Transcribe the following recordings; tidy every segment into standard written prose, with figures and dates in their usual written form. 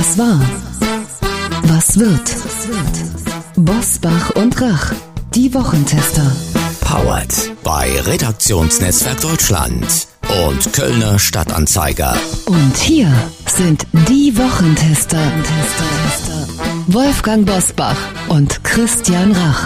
Was war? Was wird? Bosbach und Rach, die Wochentester. Powered bei Redaktionsnetzwerk Deutschland und Kölner Stadtanzeiger. Und hier sind die Wochentester. Wolfgang Bosbach und Christian Rach.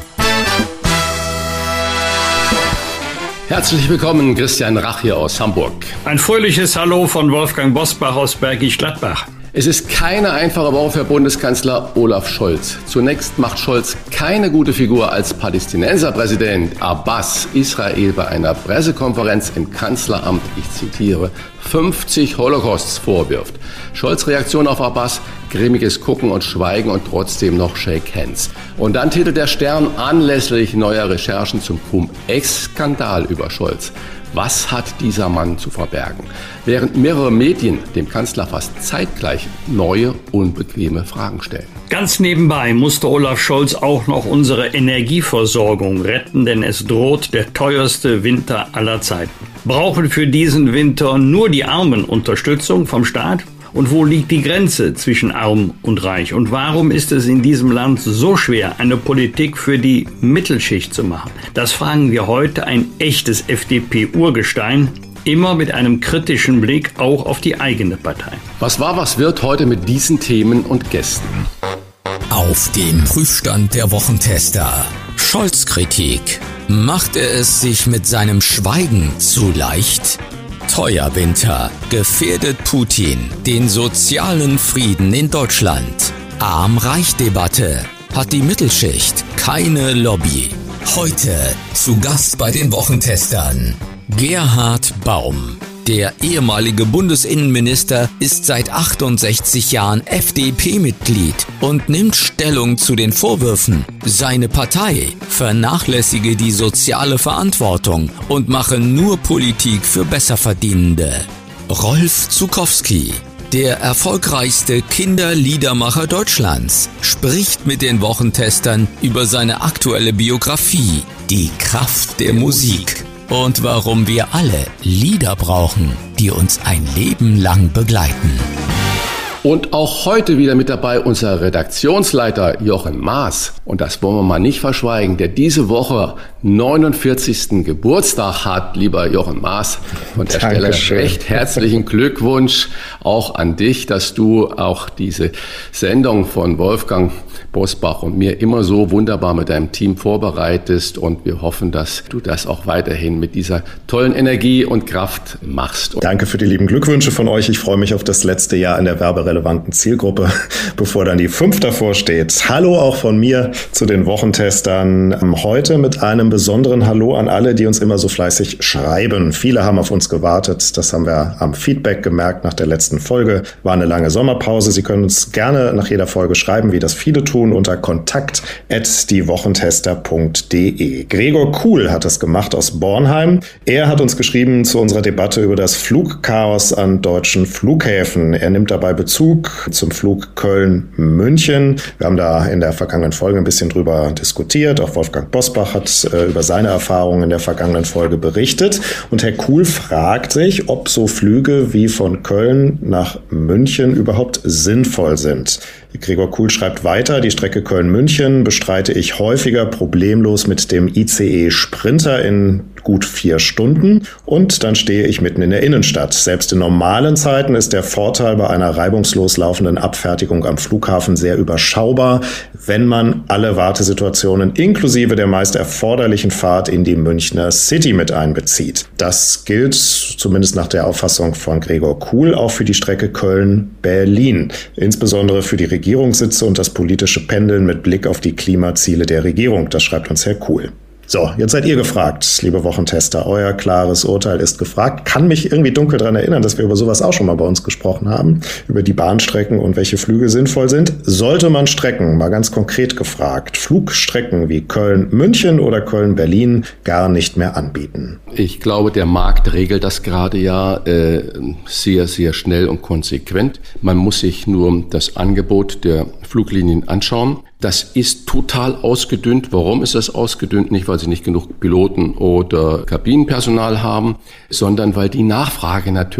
Herzlich willkommen, Christian Rach hier aus Hamburg. Ein fröhliches Hallo von Wolfgang Bosbach aus Bergisch Gladbach. Es ist keine einfache Woche für Bundeskanzler Olaf Scholz. Zunächst macht Scholz keine gute Figur, als Palästinenserpräsident Abbas Israel bei einer Pressekonferenz im Kanzleramt, ich zitiere, 50 Holocausts vorwirft. Scholz' Reaktion auf Abbas: grimmiges Gucken und Schweigen und trotzdem noch Shake Hands. Und dann titelt der Stern anlässlich neuer Recherchen zum Cum-Ex-Skandal über Scholz: Was hat dieser Mann zu verbergen? Während mehrere Medien dem Kanzler fast zeitgleich neue, unbequeme Fragen stellen. Ganz nebenbei musste Olaf Scholz auch noch unsere Energieversorgung retten, denn es droht der teuerste Winter aller Zeiten. Brauchen für diesen Winter nur die Armen Unterstützung vom Staat? Und wo liegt die Grenze zwischen arm und reich? Und warum ist es in diesem Land so schwer, eine Politik für die Mittelschicht zu machen? Das fragen wir heute ein echtes FDP-Urgestein, immer mit einem kritischen Blick auch auf die eigene Partei. Was war, was wird heute mit diesen Themen und Gästen? Auf dem Prüfstand der Wochentester. Scholz-Kritik. Macht er es sich mit seinem Schweigen zu leicht? Teuer Winter gefährdet Putin den sozialen Frieden in Deutschland. Arm-Reich-Debatte. Hat die Mittelschicht keine Lobby? Heute zu Gast bei den Wochentestern Gerhard Baum. Der ehemalige Bundesinnenminister ist seit 68 Jahren FDP-Mitglied und nimmt Stellung zu den Vorwürfen, seine Partei vernachlässige die soziale Verantwortung und mache nur Politik für Besserverdienende. Rolf Zuckowski, der erfolgreichste Kinderliedermacher Deutschlands, spricht mit den Wochentestern über seine aktuelle Biografie, die Kraft der Musik. Und warum wir alle Lieder brauchen, die uns ein Leben lang begleiten. Und auch heute wieder mit dabei unser Redaktionsleiter Jochen Maas. Und das wollen wir mal nicht verschweigen, der diese Woche 49. Geburtstag hat, lieber Jochen Maas. Und der Stelle recht herzlichen Glückwunsch auch an dich, dass du auch diese Sendung von Wolfgang Bosbach und mir immer so wunderbar mit deinem Team vorbereitest. Und wir hoffen, dass du das auch weiterhin mit dieser tollen Energie und Kraft machst. Danke für die lieben Glückwünsche von euch. Ich freue mich auf das letzte Jahr in der werberelevanten Zielgruppe, bevor dann die 5 davor steht. Hallo auch von mir zu den Wochentestern. Heute mit einem besonderen Hallo an alle, die uns immer so fleißig schreiben. Viele haben auf uns gewartet. Das haben wir am Feedback gemerkt nach der letzten Folge. War eine lange Sommerpause. Sie können uns gerne nach jeder Folge schreiben, wie das viele tun, unter kontakt@diewochentester.de. Gregor Kuhl hat das gemacht aus Bornheim. Er hat uns geschrieben zu unserer Debatte über das Flugchaos an deutschen Flughäfen. Er nimmt dabei Bezug zum Flug Köln-München. Wir haben da in der vergangenen Folge ein bisschen drüber diskutiert. Auch Wolfgang Bosbach hat über seine Erfahrungen in der vergangenen Folge berichtet. Und Herr Kuhl fragt sich, ob so Flüge wie von Köln nach München überhaupt sinnvoll sind. Gregor Kuhl schreibt weiter: Die Strecke Köln-München bestreite ich häufiger problemlos mit dem ICE Sprinter in gut 4 Stunden und dann stehe ich mitten in der Innenstadt. Selbst in normalen Zeiten ist der Vorteil bei einer reibungslos laufenden Abfertigung am Flughafen sehr überschaubar, wenn man alle Wartesituationen inklusive der meist erforderlichen Fahrt in die Münchner City mit einbezieht. Das gilt zumindest nach der Auffassung von Gregor Kuhl auch für die Strecke Köln-Berlin, insbesondere für die Regierungssitze und das politische Pendeln mit Blick auf die Klimaziele der Regierung. Das schreibt uns Herr Kuhl. So, jetzt seid ihr gefragt, liebe Wochentester. Euer klares Urteil ist gefragt. Kann mich irgendwie dunkel daran erinnern, dass wir über sowas auch schon mal bei uns gesprochen haben, über die Bahnstrecken und welche Flüge sinnvoll sind. Sollte man Strecken, mal ganz konkret gefragt, Flugstrecken wie Köln-München oder Köln-Berlin gar nicht mehr anbieten? Ich glaube, der Markt regelt das gerade ja sehr, sehr schnell und konsequent. Man muss sich nur das Angebot der Fluglinien anschauen. Das ist total ausgedünnt. Warum ist das ausgedünnt? Nicht, weil sie nicht genug Piloten oder Kabinenpersonal haben, sondern weil die Nachfrage natürlich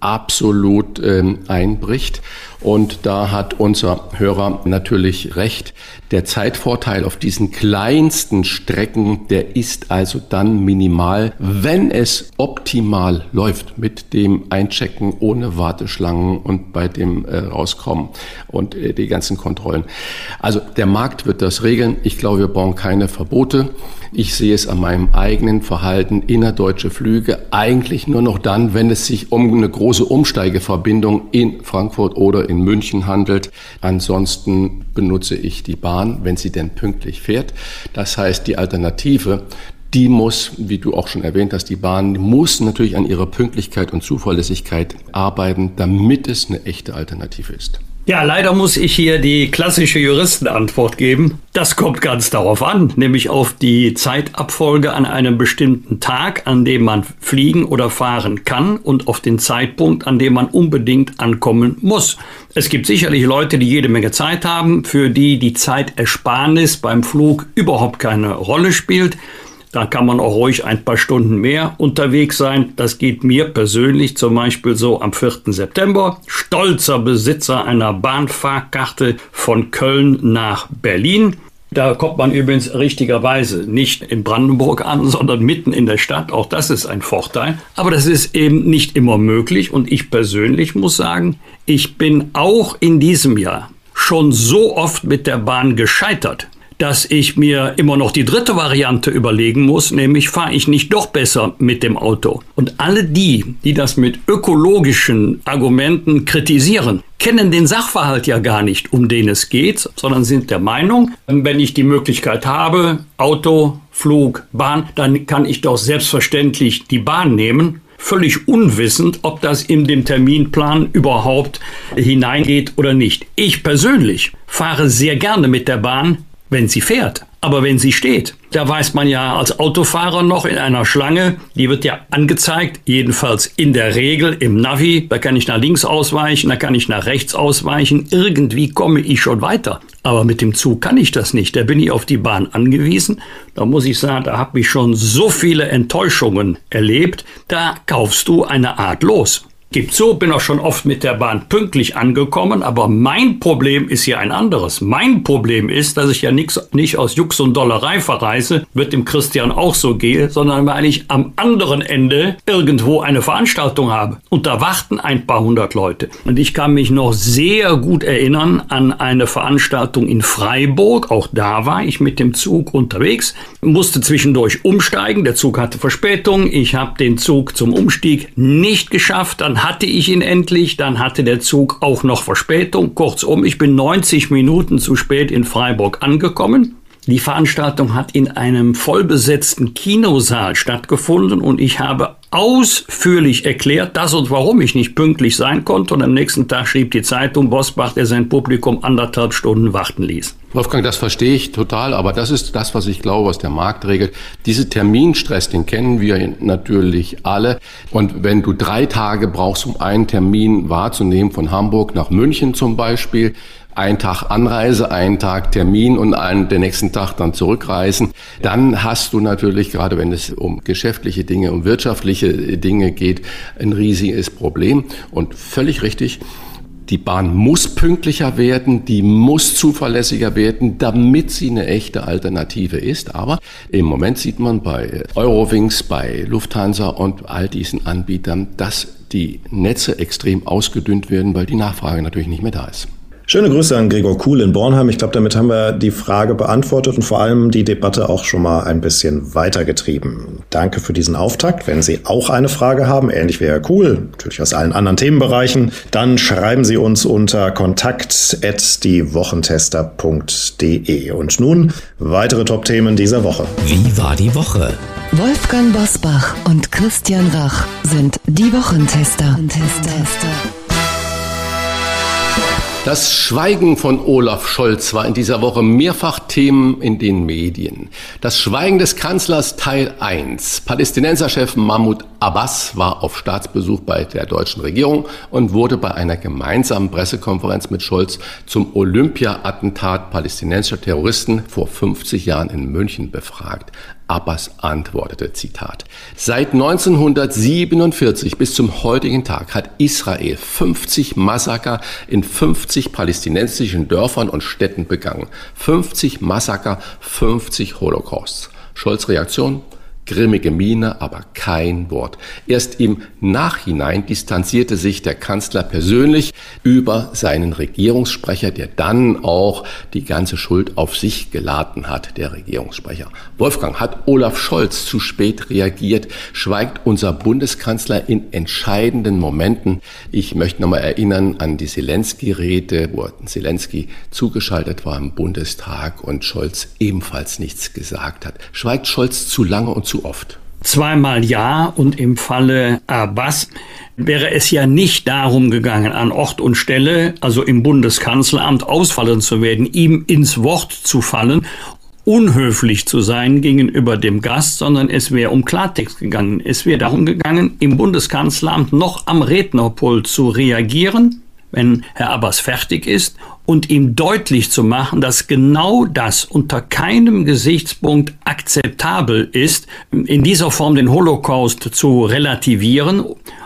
absolut einbricht. Und da hat unser Hörer natürlich recht. Der Zeitvorteil auf diesen kleinsten Strecken, der ist also dann minimal, wenn es optimal läuft mit dem Einchecken ohne Warteschlangen und bei dem Rauskommen und die ganzen Kontrollen. Also der Markt wird das regeln. Ich glaube, wir brauchen keine Verbote. Ich sehe es an meinem eigenen Verhalten. Innerdeutsche Flüge eigentlich nur noch dann, wenn es sich um eine große Umsteigeverbindung in Frankfurt oder in München handelt. Ansonsten benutze ich die Bahn, wenn sie denn pünktlich fährt. Das heißt, die Alternative, die muss, wie du auch schon erwähnt hast, die Bahn muss natürlich an ihrer Pünktlichkeit und Zuverlässigkeit arbeiten, damit es eine echte Alternative ist. Ja, leider muss ich hier die klassische Juristenantwort geben. Das kommt ganz darauf an, nämlich auf die Zeitabfolge an einem bestimmten Tag, an dem man fliegen oder fahren kann und auf den Zeitpunkt, an dem man unbedingt ankommen muss. Es gibt sicherlich Leute, die jede Menge Zeit haben, für die die Zeitersparnis beim Flug überhaupt keine Rolle spielt. Da kann man auch ruhig ein paar Stunden mehr unterwegs sein. Das geht mir persönlich zum Beispiel so am 4. September. Stolzer Besitzer einer Bahnfahrkarte von Köln nach Berlin. Da kommt man übrigens richtigerweise nicht in Brandenburg an, sondern mitten in der Stadt. Auch das ist ein Vorteil. Aber das ist eben nicht immer möglich. Und ich persönlich muss sagen, ich bin auch in diesem Jahr schon so oft mit der Bahn gescheitert, dass ich mir immer noch die dritte Variante überlegen muss, nämlich fahre ich nicht doch besser mit dem Auto. Und alle die das mit ökologischen Argumenten kritisieren, kennen den Sachverhalt ja gar nicht, um den es geht, sondern sind der Meinung, wenn ich die Möglichkeit habe, Auto, Flug, Bahn, dann kann ich doch selbstverständlich die Bahn nehmen. Völlig unwissend, ob das in den Terminplan überhaupt hineingeht oder nicht. Ich persönlich fahre sehr gerne mit der Bahn, wenn sie fährt. Aber wenn sie steht, da weiß man ja als Autofahrer noch in einer Schlange, die wird ja angezeigt, jedenfalls in der Regel im Navi, da kann ich nach links ausweichen, da kann ich nach rechts ausweichen, irgendwie komme ich schon weiter. Aber mit dem Zug kann ich das nicht, da bin ich auf die Bahn angewiesen. Da muss ich sagen, da habe ich schon so viele Enttäuschungen erlebt, da kaufst du eine Art los. Gibt so, bin auch schon oft mit der Bahn pünktlich angekommen, aber mein Problem ist hier ein anderes. Mein Problem ist, dass ich ja nicht aus Jux und Dollerei verreise, wird dem Christian auch so gehen, sondern weil ich am anderen Ende irgendwo eine Veranstaltung habe. Und da warten ein paar hundert Leute. Und ich kann mich noch sehr gut erinnern an eine Veranstaltung in Freiburg. Auch da war ich mit dem Zug unterwegs, musste zwischendurch umsteigen. Der Zug hatte Verspätung. Ich habe den Zug zum Umstieg nicht geschafft. Dann hatte ich ihn endlich, dann hatte der Zug auch noch Verspätung. Kurzum, ich bin 90 Minuten zu spät in Freiburg angekommen. Die Veranstaltung hat in einem vollbesetzten Kinosaal stattgefunden und ich habe ausführlich erklärt, dass und warum ich nicht pünktlich sein konnte. Und am nächsten Tag schrieb die Zeitung Bosbach, der sein Publikum 1,5 Stunden warten ließ. Wolfgang, das verstehe ich total, aber das ist das, was ich glaube, was der Markt regelt. Diese Terminstress, den kennen wir natürlich alle. Und wenn du 3 Tage brauchst, um einen Termin wahrzunehmen, von Hamburg nach München zum Beispiel, 1 Tag Anreise, 1 Tag Termin und den nächsten Tag dann zurückreisen, dann hast du natürlich, gerade wenn es um geschäftliche Dinge, um wirtschaftliche Dinge geht, ein riesiges Problem. Und völlig richtig, die Bahn muss pünktlicher werden, die muss zuverlässiger werden, damit sie eine echte Alternative ist. Aber im Moment sieht man bei Eurowings, bei Lufthansa und all diesen Anbietern, dass die Netze extrem ausgedünnt werden, weil die Nachfrage natürlich nicht mehr da ist. Schöne Grüße an Gregor Kuhl in Bornheim. Ich glaube, damit haben wir die Frage beantwortet und vor allem die Debatte auch schon mal ein bisschen weitergetrieben. Danke für diesen Auftakt. Wenn Sie auch eine Frage haben, ähnlich wie Herr Kuhl, natürlich aus allen anderen Themenbereichen, dann schreiben Sie uns unter kontakt@diewochentester.de. Und nun weitere Top-Themen dieser Woche. Wie war die Woche? Wolfgang Bosbach und Christian Rach sind die Wochentester. Das Schweigen von Olaf Scholz war in dieser Woche mehrfach Themen in den Medien. Das Schweigen des Kanzlers Teil 1. Palästinenserchef Mahmoud Abbas war auf Staatsbesuch bei der deutschen Regierung und wurde bei einer gemeinsamen Pressekonferenz mit Scholz zum Olympia-Attentat palästinensischer Terroristen vor 50 Jahren in München befragt. Abbas antwortete, Zitat: Seit 1947 bis zum heutigen Tag hat Israel 50 Massaker in 50 palästinensischen Dörfern und Städten begangen. 50 Massaker, 50 Holocausts. Scholz' Reaktion? Grimmige Miene, aber kein Wort. Erst im Nachhinein distanzierte sich der Kanzler persönlich über seinen Regierungssprecher, der dann auch die ganze Schuld auf sich geladen hat, der Regierungssprecher. Wolfgang, hat Olaf Scholz zu spät reagiert? Schweigt unser Bundeskanzler in entscheidenden Momenten? Ich möchte nochmal erinnern an die Zelensky-Rede, wo Zelensky zugeschaltet war im Bundestag und Scholz ebenfalls nichts gesagt hat. Schweigt Scholz zu lange und zu oft? Zweimal ja, und im Falle Abbas wäre es ja nicht darum gegangen, an Ort und Stelle, also im Bundeskanzleramt, ausfallen zu werden, ihm ins Wort zu fallen, unhöflich zu sein gegenüber dem Gast, sondern es wäre um Klartext gegangen. Es wäre darum gegangen, im Bundeskanzleramt noch am Rednerpult zu reagieren, wenn Herr Abbas fertig ist, und ihm deutlich zu machen, dass genau das unter keinem Gesichtspunkt akzeptabel ist, in dieser Form den Holocaust zu relativieren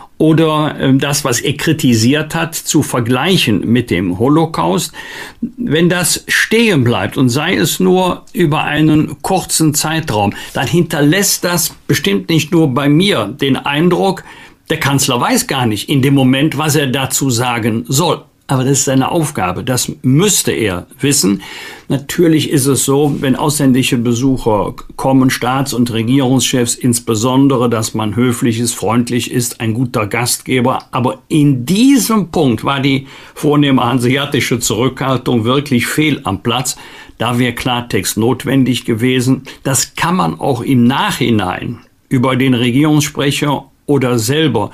oder das, was er kritisiert hat, zu vergleichen mit dem Holocaust. Wenn das stehen bleibt und sei es nur über einen kurzen Zeitraum, dann hinterlässt das bestimmt nicht nur bei mir den Eindruck, der Kanzler weiß gar nicht in dem Moment, was er dazu sagen soll. Aber das ist seine Aufgabe. Das müsste er wissen. Natürlich ist es so, wenn ausländische Besucher kommen, Staats- und Regierungschefs insbesondere, dass man höflich ist, freundlich ist, ein guter Gastgeber. Aber in diesem Punkt war die vornehme hanseatische Zurückhaltung wirklich fehl am Platz. Da wäre Klartext notwendig gewesen. Das kann man auch im Nachhinein über den Regierungssprecher oder selber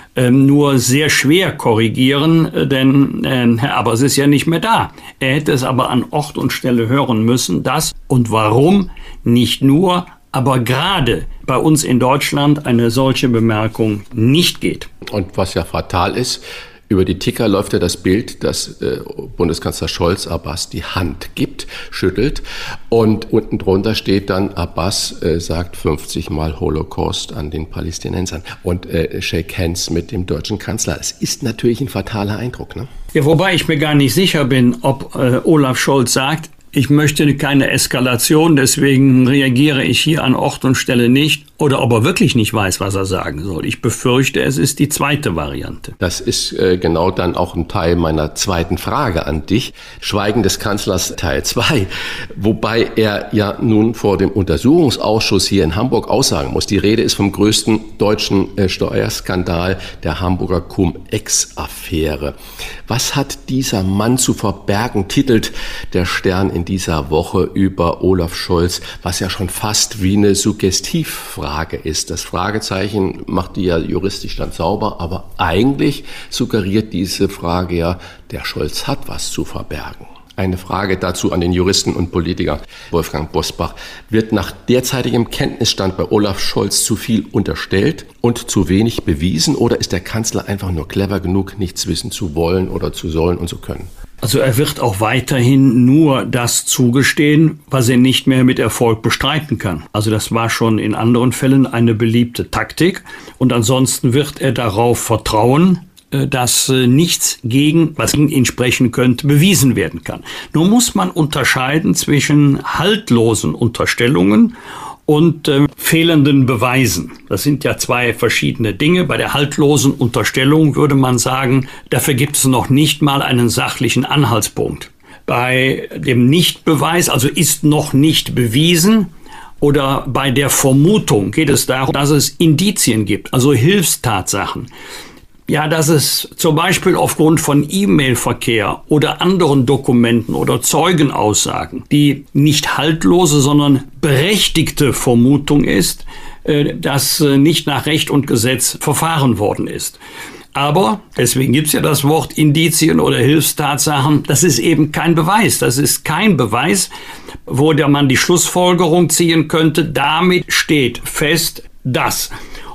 nur sehr schwer korrigieren, denn Herr Abbas ist ja nicht mehr da. Er hätte es aber an Ort und Stelle hören müssen, dass und warum nicht nur, aber gerade bei uns in Deutschland eine solche Bemerkung nicht geht. Und was ja fatal ist, über die Ticker läuft ja das Bild, dass Bundeskanzler Scholz Abbas die Hand gibt, schüttelt, und unten drunter steht dann, Abbas sagt 50 Mal Holocaust an den Palästinensern und shake hands mit dem deutschen Kanzler. Es ist natürlich ein fataler Eindruck, ne? Ja, wobei ich mir gar nicht sicher bin, ob Olaf Scholz sagt, ich möchte keine Eskalation, deswegen reagiere ich hier an Ort und Stelle nicht, oder ob er wirklich nicht weiß, was er sagen soll. Ich befürchte, es ist die zweite Variante. Das ist genau dann auch ein Teil meiner zweiten Frage an dich. Schweigen des Kanzlers Teil 2, wobei er ja nun vor dem Untersuchungsausschuss hier in Hamburg aussagen muss. Die Rede ist vom größten deutschen Steuerskandal, der Hamburger Cum-Ex-Affäre. Was hat dieser Mann zu verbergen, titelt der Stern in dieser Woche über Olaf Scholz, was ja schon fast wie eine Suggestivfrage ist. Das Fragezeichen macht die ja juristisch dann sauber, aber eigentlich suggeriert diese Frage ja, der Scholz hat was zu verbergen. Eine Frage dazu an den Juristen und Politiker Wolfgang Bosbach. Wird nach derzeitigem Kenntnisstand bei Olaf Scholz zu viel unterstellt und zu wenig bewiesen, oder ist der Kanzler einfach nur clever genug, nichts wissen zu wollen oder zu sollen und zu können? Also er wird auch weiterhin nur das zugestehen, was er nicht mehr mit Erfolg bestreiten kann. Also das war schon in anderen Fällen eine beliebte Taktik. Und ansonsten wird er darauf vertrauen, dass nichts was gegen ihn sprechen könnte, bewiesen werden kann. Nur muss man unterscheiden zwischen haltlosen Unterstellungen und fehlenden Beweisen. Das sind ja zwei verschiedene Dinge. Bei der haltlosen Unterstellung würde man sagen, dafür gibt es noch nicht mal einen sachlichen Anhaltspunkt. Bei dem Nichtbeweis, also ist noch nicht bewiesen, oder bei der Vermutung geht es darum, dass es Indizien gibt, also Hilfstatsachen. Ja, dass es zum Beispiel aufgrund von E-Mail-Verkehr oder anderen Dokumenten oder Zeugenaussagen die nicht haltlose, sondern berechtigte Vermutung ist, dass nicht nach Recht und Gesetz verfahren worden ist. Aber, deswegen gibt's ja das Wort Indizien oder Hilfstatsachen, das ist eben kein Beweis. Das ist kein Beweis, wo man die Schlussfolgerung ziehen könnte, damit steht fest, dass.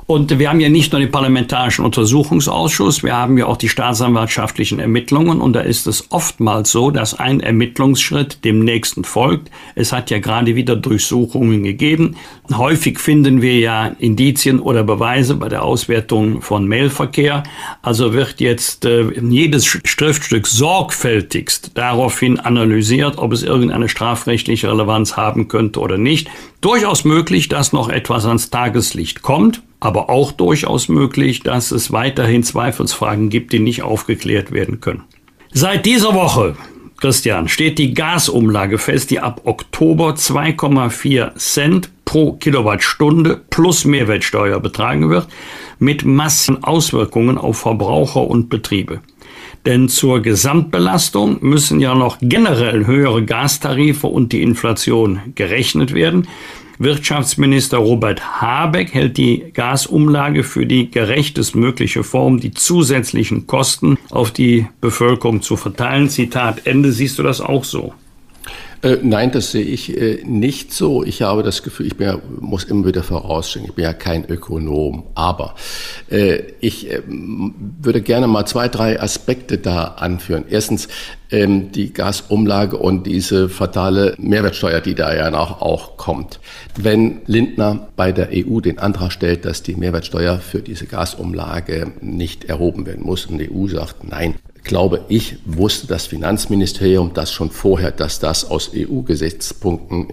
Und wir haben ja nicht nur den Parlamentarischen Untersuchungsausschuss, wir haben ja auch die staatsanwaltschaftlichen Ermittlungen. Und da ist es oftmals so, dass ein Ermittlungsschritt dem nächsten folgt. Es hat ja gerade wieder Durchsuchungen gegeben. Häufig finden wir ja Indizien oder Beweise bei der Auswertung von Mailverkehr. Also wird jetzt jedes Schriftstück sorgfältigst daraufhin analysiert, ob es irgendeine strafrechtliche Relevanz haben könnte oder nicht. Durchaus möglich, dass noch etwas ans Tageslicht kommt, aber auch durchaus möglich, dass es weiterhin Zweifelsfragen gibt, die nicht aufgeklärt werden können. Seit dieser Woche, Christian, steht die Gasumlage fest, die ab Oktober 2,4 Cent pro Kilowattstunde plus Mehrwertsteuer betragen wird, mit massiven Auswirkungen auf Verbraucher und Betriebe. Denn zur Gesamtbelastung müssen ja noch generell höhere Gastarife und die Inflation gerechnet werden. Wirtschaftsminister Robert Habeck hält die Gasumlage für die gerechtestmögliche Form, die zusätzlichen Kosten auf die Bevölkerung zu verteilen. Zitat Ende. Siehst du das auch so? Nein, das sehe ich nicht so. Ich habe das Gefühl, muss immer wieder vorausschicken, ich bin ja kein Ökonom, aber ich würde gerne mal 2, 3 Aspekte da anführen. Erstens die Gasumlage und diese fatale Mehrwertsteuer, die da ja auch kommt. Wenn Lindner bei der EU den Antrag stellt, dass die Mehrwertsteuer für diese Gasumlage nicht erhoben werden muss und die EU sagt nein, glaube ich, wusste das Finanzministerium das schon vorher, dass das aus EU-Gesichtspunkten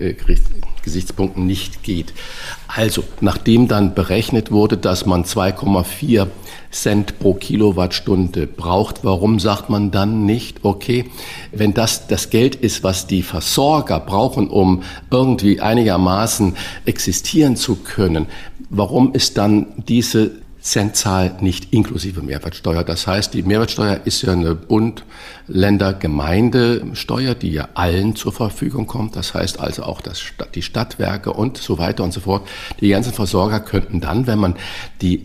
nicht geht. Also, nachdem dann berechnet wurde, dass man 2,4 Cent pro Kilowattstunde braucht, warum sagt man dann nicht, okay, wenn das Geld ist, was die Versorger brauchen, um irgendwie einigermaßen existieren zu können, warum ist dann diese Centzahl nicht inklusive Mehrwertsteuer? Das heißt, die Mehrwertsteuer ist ja eine Bund-Länder-Gemeindesteuer, die ja allen zur Verfügung kommt. Das heißt also auch, dass die Stadtwerke und so weiter und so fort, die ganzen Versorger könnten dann, wenn man die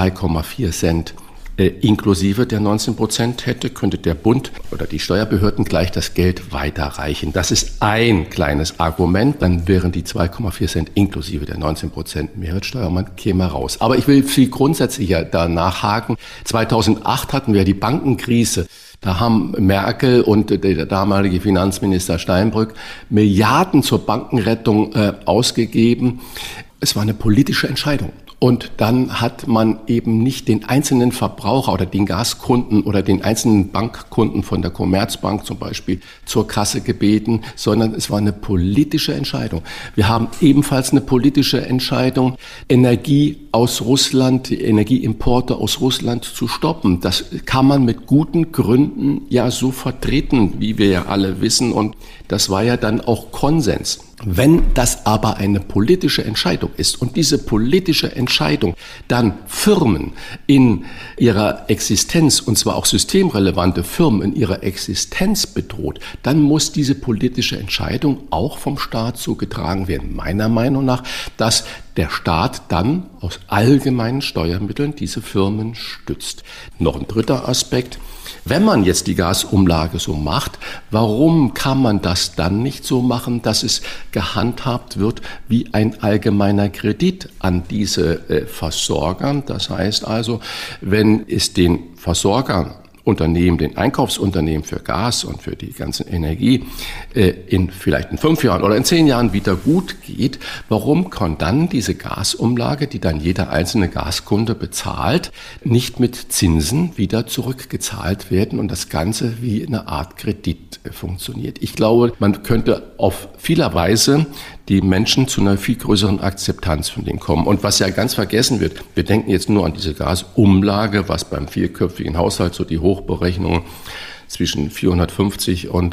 2,4 Cent inklusive der 19% hätte, könnte der Bund oder die Steuerbehörden gleich das Geld weiterreichen. Das ist ein kleines Argument. Dann wären die 2,4 Cent inklusive der 19% Mehrwertsteuer, man käme raus. Aber ich will viel grundsätzlicher da nachhaken. 2008 hatten wir die Bankenkrise. Da haben Merkel und der damalige Finanzminister Steinbrück Milliarden zur Bankenrettung ausgegeben. Es war eine politische Entscheidung. Und dann hat man eben nicht den einzelnen Verbraucher oder den Gaskunden oder den einzelnen Bankkunden von der Commerzbank zum Beispiel zur Kasse gebeten, sondern es war eine politische Entscheidung. Wir haben ebenfalls eine politische Entscheidung, Energie aus Russland, die Energieimporte aus Russland zu stoppen. Das kann man mit guten Gründen ja so vertreten, wie wir ja alle wissen. Und das war ja dann auch Konsens. Wenn das aber eine politische Entscheidung ist und diese politische Entscheidung dann Firmen in ihrer Existenz, und zwar auch systemrelevante Firmen in ihrer Existenz bedroht, dann muss diese politische Entscheidung auch vom Staat so getragen werden, meiner Meinung nach, dass der Staat dann aus allgemeinen Steuermitteln diese Firmen stützt. Noch ein dritter Aspekt. Wenn man jetzt die Gasumlage so macht, warum kann man das dann nicht so machen, dass es gehandhabt wird wie ein allgemeiner Kredit an diese Versorger? Das heißt also, wenn es den Versorgern den Einkaufsunternehmen für Gas und für die ganze Energie vielleicht in 5 Jahren oder in 10 Jahren wieder gut geht, warum kann dann diese Gasumlage, die dann jeder einzelne Gaskunde bezahlt, nicht mit Zinsen wieder zurückgezahlt werden und das Ganze wie eine Art Kredit funktioniert? Ich glaube, man könnte auf vieler Weise die Menschen zu einer viel größeren Akzeptanz von denen kommen. Und was ja ganz vergessen wird, wir denken jetzt nur an diese Gasumlage, was beim vierköpfigen Haushalt so die Hochberechnungen zwischen 450 und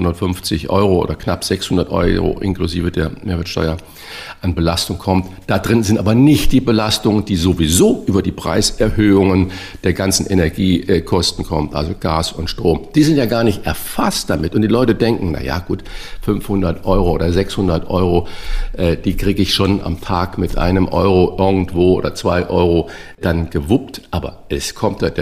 550 Euro oder knapp 600 Euro inklusive der Mehrwertsteuer an Belastung kommt. Da drin sind aber nicht die Belastungen, die sowieso über die Preiserhöhungen der ganzen Energiekosten kommen, also Gas und Strom. Die sind ja gar nicht erfasst damit. Und die Leute denken, na ja, gut, 500 Euro oder 600 Euro, die kriege ich schon am Tag mit einem Euro irgendwo oder 2 Euro dann gewuppt. Aber es kommt das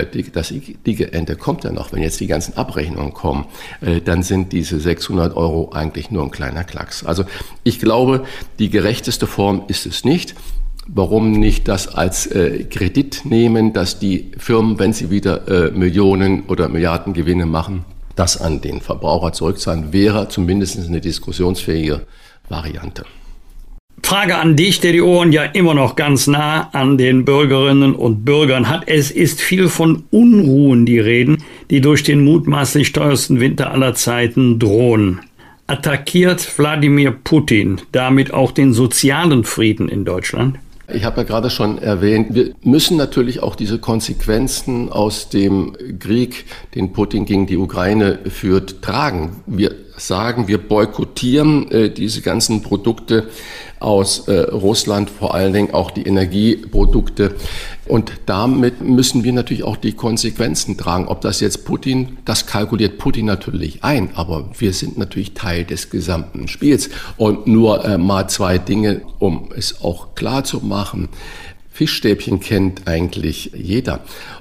dicke Ende kommt ja noch, wenn jetzt die ganzen Abrechnungen kommen, dann sind diese 600 Euro eigentlich nur ein kleiner Klacks. Also ich glaube, die gerechteste Form ist es nicht. Warum nicht das als Kredit nehmen, dass die Firmen, wenn sie wieder Millionen oder Milliarden Gewinne machen, das an den Verbraucher zurückzahlen, wäre zumindest eine diskussionsfähige Variante. Frage an dich, der die Ohren ja immer noch ganz nah an den Bürgerinnen und Bürgern hat. Es ist viel von Unruhen die Rede, die durch den mutmaßlich teuersten Winter aller Zeiten drohen. Attackiert Wladimir Putin damit auch den sozialen Frieden in Deutschland? Ich habe ja gerade schon erwähnt, wir müssen natürlich auch diese Konsequenzen aus dem Krieg, den Putin gegen die Ukraine führt, tragen. Wir sagen, wir boykottieren diese ganzen Produkte aus Russland, vor allen Dingen auch die Energieprodukte. Und damit müssen wir natürlich auch die Konsequenzen tragen. Ob das jetzt Putin, das kalkuliert Putin natürlich ein, aber wir sind natürlich Teil des gesamten Spiels. Und nur mal 2 Dinge, um es auch klar zu machen. Fischstäbchen kennt eigentlich jeder.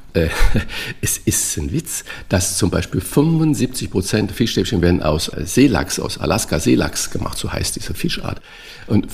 Es ist ein Witz, dass zum Beispiel 75% Fischstäbchen werden aus Seelachs, aus Alaska-Seelachs gemacht, so heißt diese Fischart. Und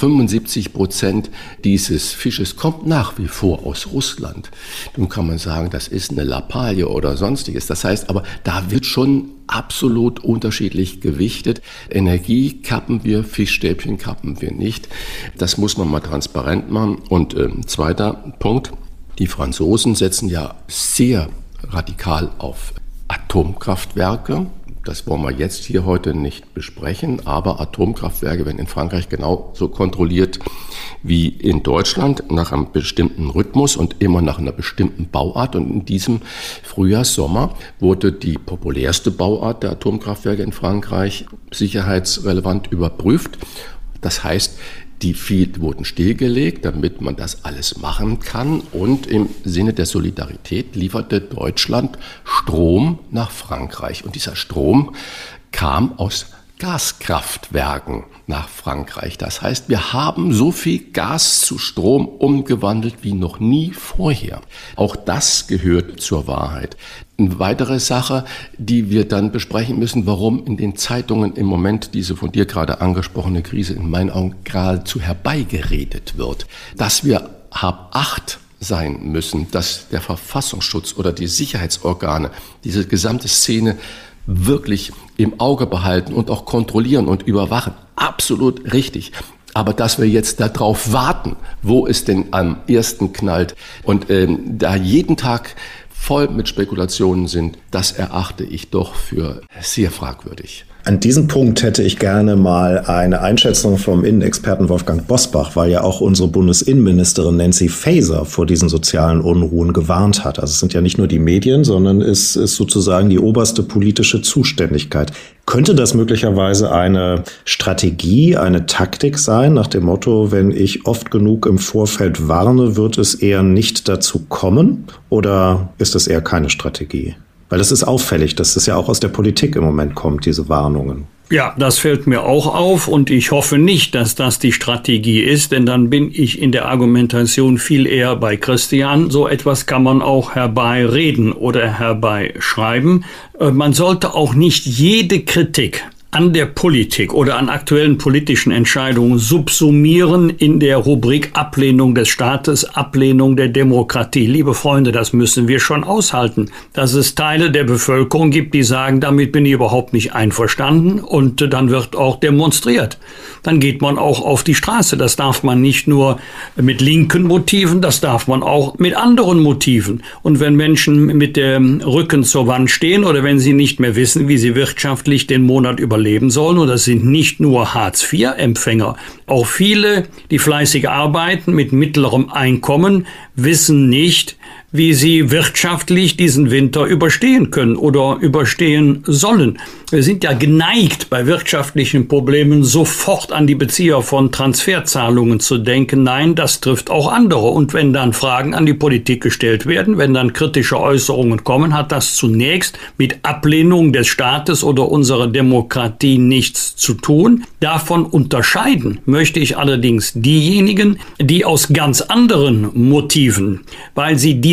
75% dieses Fisches kommt nach wie vor aus Russland. Nun kann man sagen, das ist eine Lappalie oder sonstiges. Das heißt aber, da wird schon absolut unterschiedlich gewichtet. Energie kappen wir, Fischstäbchen kappen wir nicht. Das muss man mal transparent machen. Und zweiter Punkt. Die Franzosen setzen ja sehr radikal auf Atomkraftwerke. Das wollen wir jetzt hier heute nicht besprechen, aber Atomkraftwerke werden in Frankreich genauso kontrolliert wie in Deutschland, nach einem bestimmten Rhythmus und immer nach einer bestimmten Bauart. Und in diesem Frühjahr, Sommer wurde die populärste Bauart der Atomkraftwerke in Frankreich sicherheitsrelevant überprüft. Das heißt, die wurden stillgelegt, damit man das alles machen kann. Und im Sinne der Solidarität lieferte Deutschland Strom nach Frankreich. Und dieser Strom kam aus Gaskraftwerken nach Frankreich. Das heißt, wir haben so viel Gas zu Strom umgewandelt wie noch nie vorher. Auch das gehört zur Wahrheit. Eine weitere Sache, die wir dann besprechen müssen, warum in den Zeitungen im Moment diese von dir gerade angesprochene Krise in meinen Augen geradezu herbeigeredet wird. Dass wir Hab-Acht sein müssen, dass der Verfassungsschutz oder die Sicherheitsorgane diese gesamte Szene wirklich im Auge behalten und auch kontrollieren und überwachen. Absolut richtig. Aber dass wir jetzt darauf warten, wo es denn am ersten knallt und da jeden Tag voll mit Spekulationen sind, das erachte ich doch für sehr fragwürdig. An diesem Punkt hätte ich gerne mal eine Einschätzung vom Innenexperten Wolfgang Bosbach, weil ja auch unsere Bundesinnenministerin Nancy Faeser vor diesen sozialen Unruhen gewarnt hat. Also es sind ja nicht nur die Medien, sondern es ist sozusagen die oberste politische Zuständigkeit. Könnte das möglicherweise eine Strategie, eine Taktik sein, nach dem Motto, wenn ich oft genug im Vorfeld warne, wird es eher nicht dazu kommen? Oder ist das eher keine Strategie? Weil das ist auffällig, dass das ja auch aus der Politik im Moment kommt, diese Warnungen. Ja, das fällt mir auch auf und ich hoffe nicht, dass das die Strategie ist, denn dann bin ich in der Argumentation viel eher bei Christian. So etwas kann man auch herbeireden oder herbeischreiben. Man sollte auch nicht jede Kritik an der Politik oder an aktuellen politischen Entscheidungen subsumieren in der Rubrik Ablehnung des Staates, Ablehnung der Demokratie. Liebe Freunde, das müssen wir schon aushalten, dass es Teile der Bevölkerung gibt, die sagen, damit bin ich überhaupt nicht einverstanden und dann wird auch demonstriert. Dann geht man auch auf die Straße. Das darf man nicht nur mit linken Motiven, das darf man auch mit anderen Motiven. Und wenn Menschen mit dem Rücken zur Wand stehen oder wenn sie nicht mehr wissen, wie sie wirtschaftlich den Monat überleben sollen, und das sind nicht nur Hartz-IV-Empfänger, auch viele, die fleißig arbeiten mit mittlerem Einkommen, wissen nicht, wie sie wirtschaftlich diesen Winter überstehen können oder überstehen sollen. Wir sind ja geneigt, bei wirtschaftlichen Problemen sofort an die Bezieher von Transferzahlungen zu denken. Nein, das trifft auch andere. Und wenn dann Fragen an die Politik gestellt werden, wenn dann kritische Äußerungen kommen, hat das zunächst mit Ablehnung des Staates oder unserer Demokratie nichts zu tun. Davon unterscheiden möchte ich allerdings diejenigen, die aus ganz anderen Motiven, weil sie diese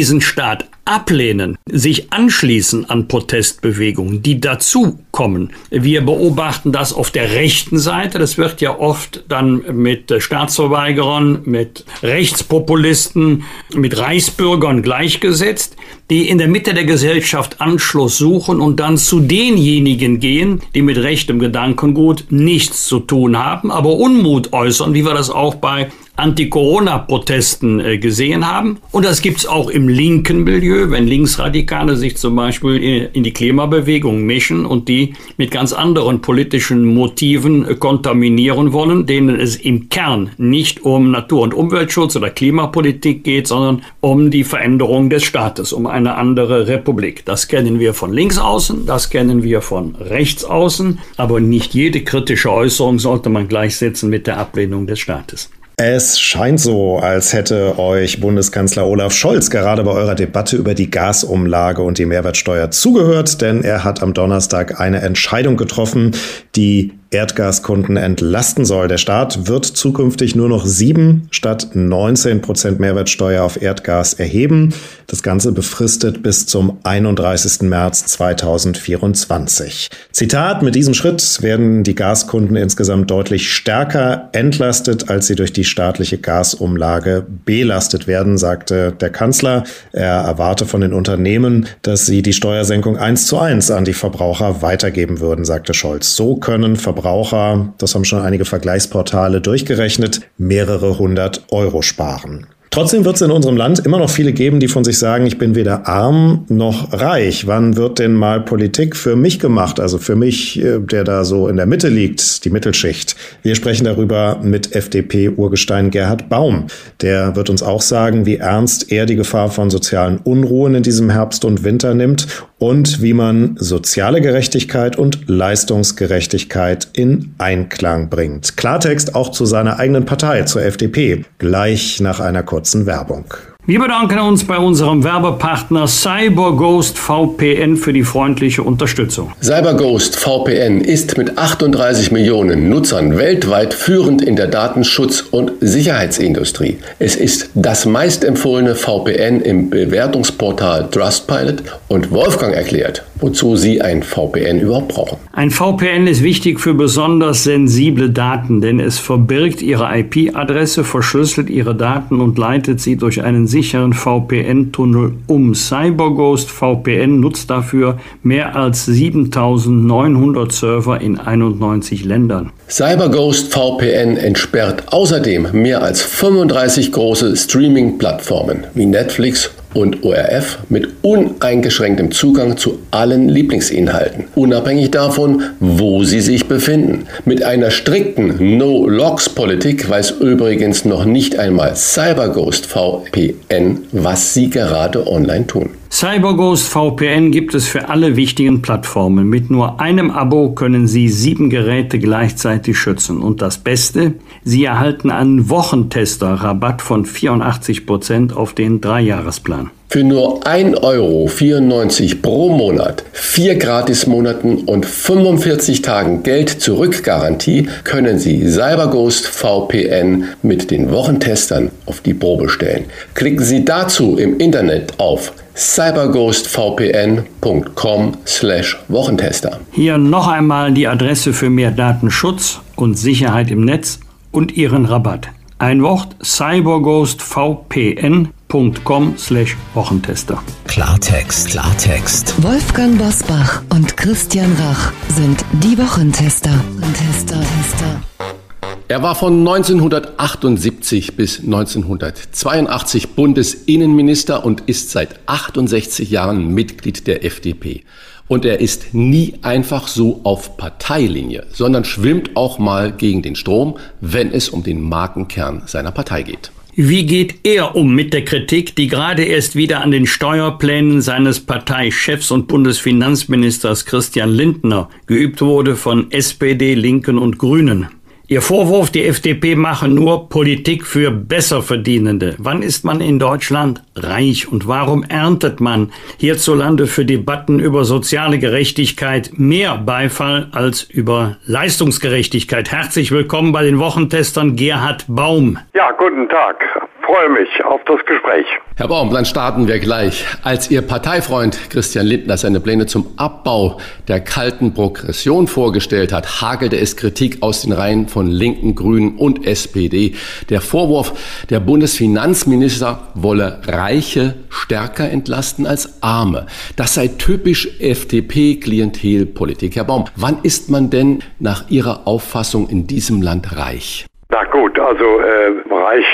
diesen Staat ablehnen, sich anschließen an Protestbewegungen, die dazukommen. Wir beobachten das auf der rechten Seite. Das wird ja oft dann mit Staatsverweigerern, mit Rechtspopulisten, mit Reichsbürgern gleichgesetzt, die in der Mitte der Gesellschaft Anschluss suchen und dann zu denjenigen gehen, die mit rechtem Gedankengut nichts zu tun haben, aber Unmut äußern, wie wir das auch bei Anti-Corona-Protesten gesehen haben. Und das gibt's auch im linken Milieu, wenn Linksradikale sich zum Beispiel in die Klimabewegung mischen und die mit ganz anderen politischen Motiven kontaminieren wollen, denen es im Kern nicht um Natur- und Umweltschutz oder Klimapolitik geht, sondern um die Veränderung des Staates, um eine andere Republik. Das kennen wir von links außen, das kennen wir von rechts außen, aber nicht jede kritische Äußerung sollte man gleichsetzen mit der Ablehnung des Staates. Es scheint so, als hätte euch Bundeskanzler Olaf Scholz gerade bei eurer Debatte über die Gasumlage und die Mehrwertsteuer zugehört, denn er hat am Donnerstag eine Entscheidung getroffen, die Erdgaskunden entlasten soll. Der Staat wird zukünftig nur noch 7 statt 19% Mehrwertsteuer auf Erdgas erheben. Das Ganze befristet bis zum 31. März 2024. Zitat: Mit diesem Schritt werden die Gaskunden insgesamt deutlich stärker entlastet, als sie durch die staatliche Gasumlage belastet werden, sagte der Kanzler. Er erwarte von den Unternehmen, dass sie die Steuersenkung 1:1 an die Verbraucher weitergeben würden, sagte Scholz. So können Verbraucher, das haben schon einige Vergleichsportale durchgerechnet, mehrere 100 € sparen. Trotzdem wird es in unserem Land immer noch viele geben, die von sich sagen, ich bin weder arm noch reich. Wann wird denn mal Politik für mich gemacht? Also für mich, der da so in der Mitte liegt, die Mittelschicht. Wir sprechen darüber mit FDP-Urgestein Gerhard Baum. Der wird uns auch sagen, wie ernst er die Gefahr von sozialen Unruhen in diesem Herbst und Winter nimmt und wie man soziale Gerechtigkeit und Leistungsgerechtigkeit in Einklang bringt. Klartext auch zu seiner eigenen Partei, zur FDP. Gleich nach einer kurzen Werbung. Wir bedanken uns bei unserem Werbepartner CyberGhost VPN für die freundliche Unterstützung. CyberGhost VPN ist mit 38 Millionen Nutzern weltweit führend in der Datenschutz- und Sicherheitsindustrie. Es ist das meistempfohlene VPN im Bewertungsportal Trustpilot und Wolfgang erklärt, wozu Sie ein VPN überhaupt brauchen. Ein VPN ist wichtig für besonders sensible Daten, denn es verbirgt Ihre IP-Adresse, verschlüsselt Ihre Daten und leitet sie durch einen sicheren VPN-Tunnel um. CyberGhost VPN nutzt dafür mehr als 7.900 Server in 91 Ländern. CyberGhost VPN entsperrt außerdem mehr als 35 große Streaming-Plattformen wie Netflix und ORF mit uneingeschränktem Zugang zu allen Lieblingsinhalten, unabhängig davon, wo sie sich befinden. Mit einer strikten No-Logs-Politik weiß übrigens noch nicht einmal CyberGhost VPN, was sie gerade online tun. CyberGhost VPN gibt es für alle wichtigen Plattformen. Mit nur einem Abo können Sie 7 Geräte gleichzeitig schützen. Und das Beste, Sie erhalten einen Wochentester-Rabatt von 84% auf den 3-Jahresplan. Für nur 1,94 € pro Monat, 4 Gratismonaten und 45 Tagen Geld-Zurück-Garantie können Sie CyberGhost VPN mit den Wochentestern auf die Probe stellen. Klicken Sie dazu im Internet auf cyberghostvpn.com/Wochentester. Hier noch einmal die Adresse für mehr Datenschutz und Sicherheit im Netz und Ihren Rabatt. Ein Wort: cyberghostvpn.com/Wochentester. Klartext. Wolfgang Bosbach und Christian Rach sind die Wochentester. Er war von 1978 bis 1982 Bundesinnenminister und ist seit 68 Jahren Mitglied der FDP. Und er ist nie einfach so auf Parteilinie, sondern schwimmt auch mal gegen den Strom, wenn es um den Markenkern seiner Partei geht. Wie geht er um mit der Kritik, die gerade erst wieder an den Steuerplänen seines Parteichefs und Bundesfinanzministers Christian Lindner geübt wurde von SPD, Linken und Grünen? Ihr Vorwurf, die FDP mache nur Politik für Besserverdienende. Wann ist man in Deutschland reich und warum erntet man hierzulande für Debatten über soziale Gerechtigkeit mehr Beifall als über Leistungsgerechtigkeit? Herzlich willkommen bei den Wochentestern, Gerhard Baum. Ja, guten Tag. freue mich auf das Gespräch. Herr Baum, dann starten wir gleich. Als Ihr Parteifreund Christian Lindner seine Pläne zum Abbau der kalten Progression vorgestellt hat, hagelte es Kritik aus den Reihen von Linken, Grünen und SPD. Der Vorwurf, der Bundesfinanzminister wolle Reiche stärker entlasten als Arme. Das sei typisch FDP-Klientelpolitik. Herr Baum, wann ist man denn nach Ihrer Auffassung in diesem Land reich? Na gut, also reich,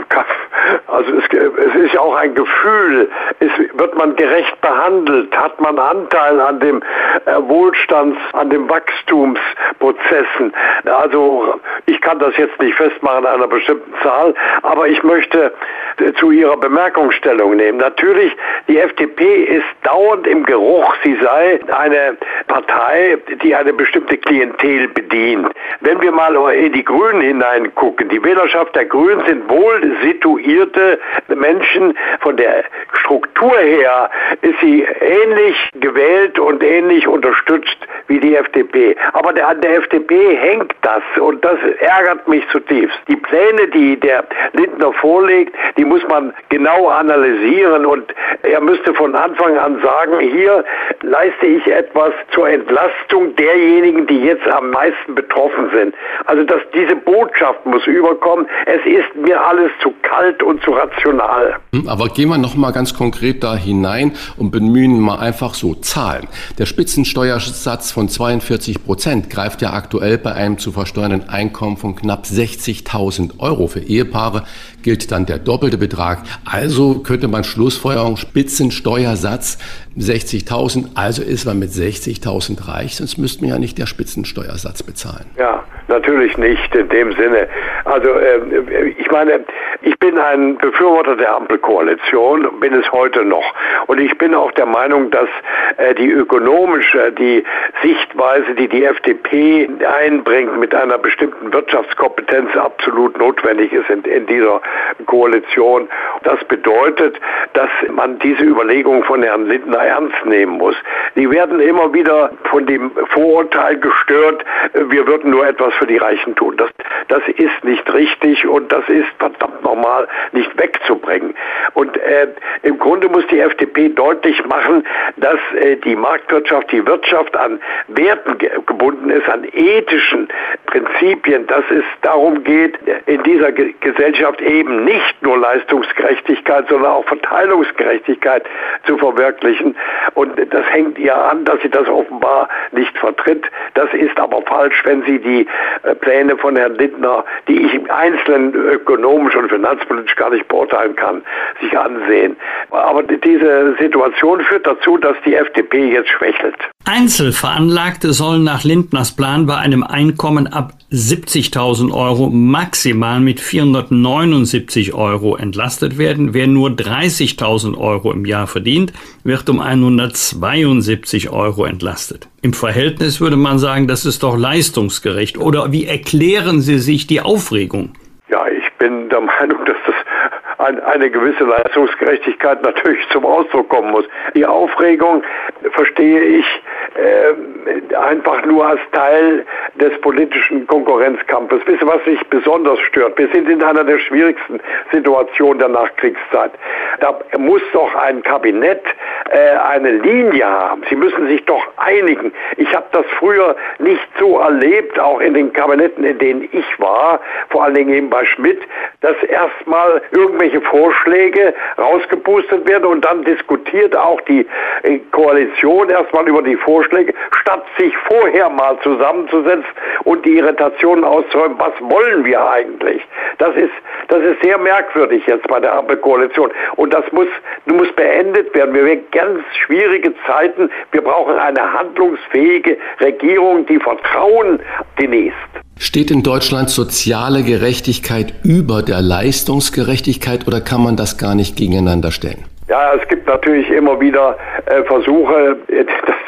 also es ist ja auch ein Gefühl. Wird man gerecht behandelt? Hat man Anteil an dem Wohlstands-, an den Wachstumsprozessen? Also ich kann das jetzt nicht festmachen an einer bestimmten Zahl, aber ich möchte zu Ihrer Bemerkung Stellung nehmen. Natürlich, die FDP ist dauernd im Geruch, sie sei eine Partei, die eine bestimmte Klientel bedient. Wenn wir mal in die Grünen hineingucken, die Wählerschaft der Grünen sind wohl situierte Menschen. Von der Struktur her ist sie ähnlich gewählt und ähnlich unterstützt wie die FDP. Aber an der FDP hängt das und das ärgert mich zutiefst. Die Pläne, die der Lindner vorlegt, die muss man genau analysieren und er müsste von Anfang an sagen, hier leiste ich etwas zur Entlastung derjenigen, die jetzt am meisten betroffen sind. Also diese Botschaft muss überkommen, es ist mir alles zu kalt und zu rational. Aber gehen wir noch mal ganz konkret da hinein und bemühen mal einfach so Zahlen. Der Spitzensteuersatz von 42% greift ja aktuell bei einem zu versteuernden Einkommen von knapp 60.000 Euro. Für Ehepaare gilt dann der doppelte Betrag. Also könnte man Schlussfolgerung, Spitzensteuersatz 60.000, also ist man mit 60.000 reich, sonst müsste man ja nicht der Spitzensteuersatz bezahlen. Ja, natürlich nicht in dem Sinne. Also ich meine, ich bin ein Befürworter der Ampelkoalition, bin es heute noch. Und ich bin auch der Meinung, dass die Sichtweise, die die FDP einbringt, mit einer bestimmten Wirtschaftskompetenz absolut notwendig ist in dieser Koalition. Das bedeutet, dass man diese Überlegungen von Herrn Lindner ernst nehmen muss. Die werden immer wieder von dem Vorurteil gestört, wir würden nur etwas für die Reichen tun. Das ist nicht richtig und das ist verdammt nochmal nicht wegzubringen. Und im Grunde muss die FDP deutlich machen, dass die Marktwirtschaft, die Wirtschaft an Werten gebunden ist, an ethischen Prinzipien, dass es darum geht, in dieser Gesellschaft eben nicht nur Leistungsgerechtigkeit, sondern auch Verteilungsgerechtigkeit zu verwirklichen. Und das hängt ihr an, dass sie das offenbar nicht vertritt. Das ist aber falsch, wenn sie die Pläne von Herrn Lindner, die ich im Einzelnen ökonomisch und finanzpolitisch gar nicht beurteilen kann, sich ansehen. Aber diese Situation führt dazu, dass die FDP jetzt schwächelt. Einzelveranlagte sollen nach Lindners Plan bei einem Einkommen ab 70.000 Euro maximal mit 479 Euro entlastet werden. Wer nur 30.000 Euro im Jahr verdient, wird um 172 Euro entlastet. Im Verhältnis würde man sagen, das ist doch leistungsgerecht. Oder wie erklären Sie sich die Aufregung? Ja, ich bin der Meinung, dass das eine gewisse Leistungsgerechtigkeit natürlich zum Ausdruck kommen muss. Die Aufregung verstehe ich einfach nur als Teil des politischen Konkurrenzkampfes. Wisst ihr, was mich besonders stört? Wir sind in einer der schwierigsten Situationen der Nachkriegszeit. Da muss doch ein Kabinett eine Linie haben. Sie müssen sich doch einigen. Ich habe das früher nicht so erlebt, auch in den Kabinetten, in denen ich war, vor allen Dingen eben bei Schmidt, dass erstmal irgendwelche Vorschläge rausgepustet werden und dann diskutiert auch die Koalition erstmal über die Vorschläge, statt sich vorher mal zusammenzusetzen und die Irritationen auszuräumen, was wollen wir eigentlich? Das ist sehr merkwürdig jetzt bei der Ampelkoalition und das muss beendet werden. Wir haben ganz schwierige Zeiten. Wir brauchen eine handlungsfähige Regierung, die Vertrauen genießt. Steht in Deutschland soziale Gerechtigkeit über der Leistungsgerechtigkeit oder kann man das gar nicht gegeneinander stellen? Ja, es gibt natürlich immer wieder Versuche, das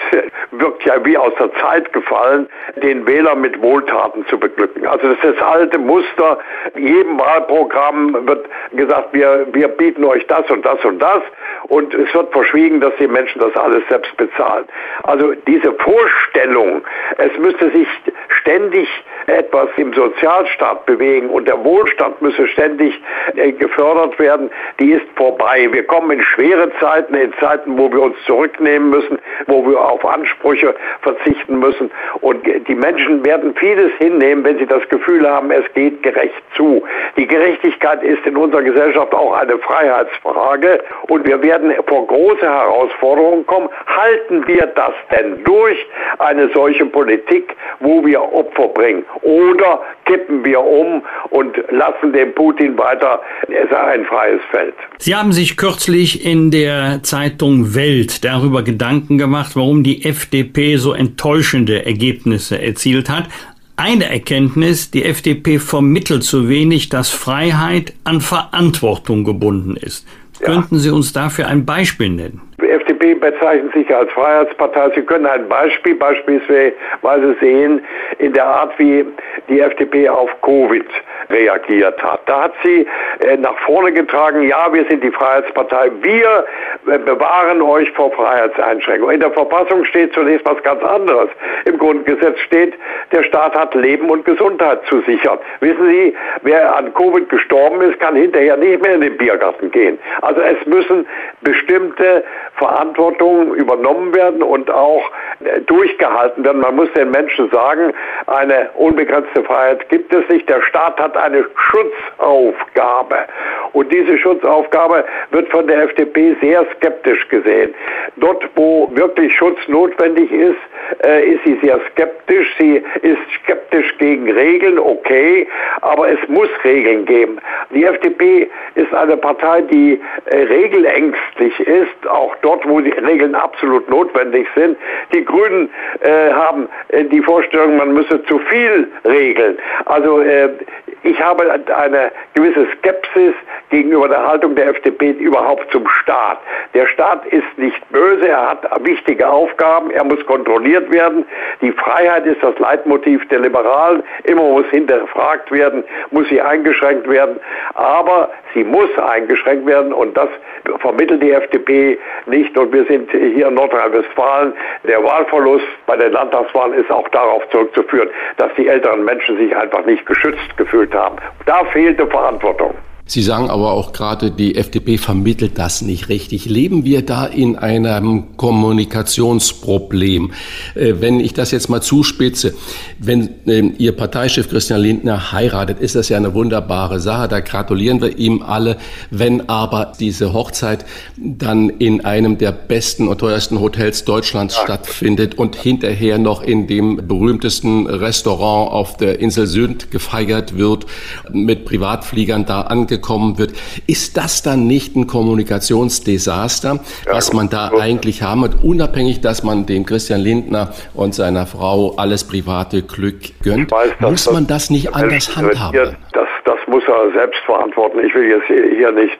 wirkt ja wie aus der Zeit gefallen, den Wähler mit Wohltaten zu beglücken. Also das ist das alte Muster. In jedem Wahlprogramm wird gesagt, wir bieten euch das und das und das. Und es wird verschwiegen, dass die Menschen das alles selbst bezahlen. Also diese Vorstellung, es müsste sich ständig etwas im Sozialstaat bewegen und der Wohlstand müsse ständig gefördert werden, die ist vorbei. Wir kommen in schwere Zeiten, in Zeiten, wo wir uns zurücknehmen müssen, wo wir auf Ansprüche verzichten müssen. Und die Menschen werden vieles hinnehmen, wenn sie das Gefühl haben, es geht gerecht zu. Die Gerechtigkeit ist in unserer Gesellschaft auch eine Freiheitsfrage und wir werden vor große Herausforderungen kommen. Halten wir das denn durch, eine solche Politik, wo wir Opfer bringen? Oder kippen wir um und lassen dem Putin weiter ein freies Feld? Sie haben sich kürzlich in der Zeitung Welt darüber Gedanken gemacht, warum die FDP so enttäuschende Ergebnisse erzielt hat. Eine Erkenntnis, die FDP vermittelt zu wenig, dass Freiheit an Verantwortung gebunden ist. Ja. Könnten Sie uns dafür ein Beispiel nennen? Die FDP bezeichnet sich als Freiheitspartei. Sie können ein beispielsweise sehen in der Art, wie die FDP auf Covid reagiert hat. Da hat sie nach vorne getragen, ja, wir sind die Freiheitspartei, wir bewahren euch vor Freiheitseinschränkungen. In der Verfassung steht zunächst was ganz anderes. Im Grundgesetz steht, der Staat hat Leben und Gesundheit zu sichern. Wissen Sie, wer an Covid gestorben ist, kann hinterher nicht mehr in den Biergarten gehen. Also es müssen bestimmte Verantwortungen übernommen werden und auch durchgehalten werden. Man muss den Menschen sagen, eine unbegrenzte Freiheit gibt es nicht. Der Staat hat eine Schutzaufgabe. Und diese Schutzaufgabe wird von der FDP sehr skeptisch gesehen. Dort, wo wirklich Schutz notwendig ist, ist sie sehr skeptisch. Sie ist skeptisch gegen Regeln, okay, aber es muss Regeln geben. Die FDP ist eine Partei, die regelängstlich ist, auch dort, wo die Regeln absolut notwendig sind. Die Grünen haben die Vorstellung, man müsse zu viel regeln. Also ich habe eine gewisse Skepsis gegenüber der Haltung der FDP überhaupt zum Staat. Der Staat ist nicht böse, er hat wichtige Aufgaben, er muss kontrolliert werden. Die Freiheit ist das Leitmotiv der Liberalen. Immer muss hinterfragt werden, muss sie eingeschränkt werden. Aber sie muss eingeschränkt werden und das vermittelt die FDP nicht. Und wir sind hier in Nordrhein-Westfalen, der Wahlverlust bei den Landtagswahlen ist auch darauf zurückzuführen, dass die älteren Menschen sich einfach nicht geschützt gefühlt haben. Da fehlte Verantwortung. Sie sagen aber auch gerade, die FDP vermittelt das nicht richtig. Leben wir da in einem Kommunikationsproblem? Wenn ich das jetzt mal zuspitze, wenn Ihr Parteichef Christian Lindner heiratet, ist das ja eine wunderbare Sache. Da gratulieren wir ihm alle. Wenn aber diese Hochzeit dann in einem der besten und teuersten Hotels Deutschlands stattfindet und hinterher noch in dem berühmtesten Restaurant auf der Insel Sylt gefeiert wird, mit Privatfliegern da angekommen wird, ist das dann nicht ein Kommunikationsdesaster, was man da eigentlich haben wird, unabhängig, dass man dem Christian Lindner und seiner Frau alles private Glück gönnt? Muss man das nicht anders handhaben? Das muss er selbst verantworten. Ich will jetzt hier nicht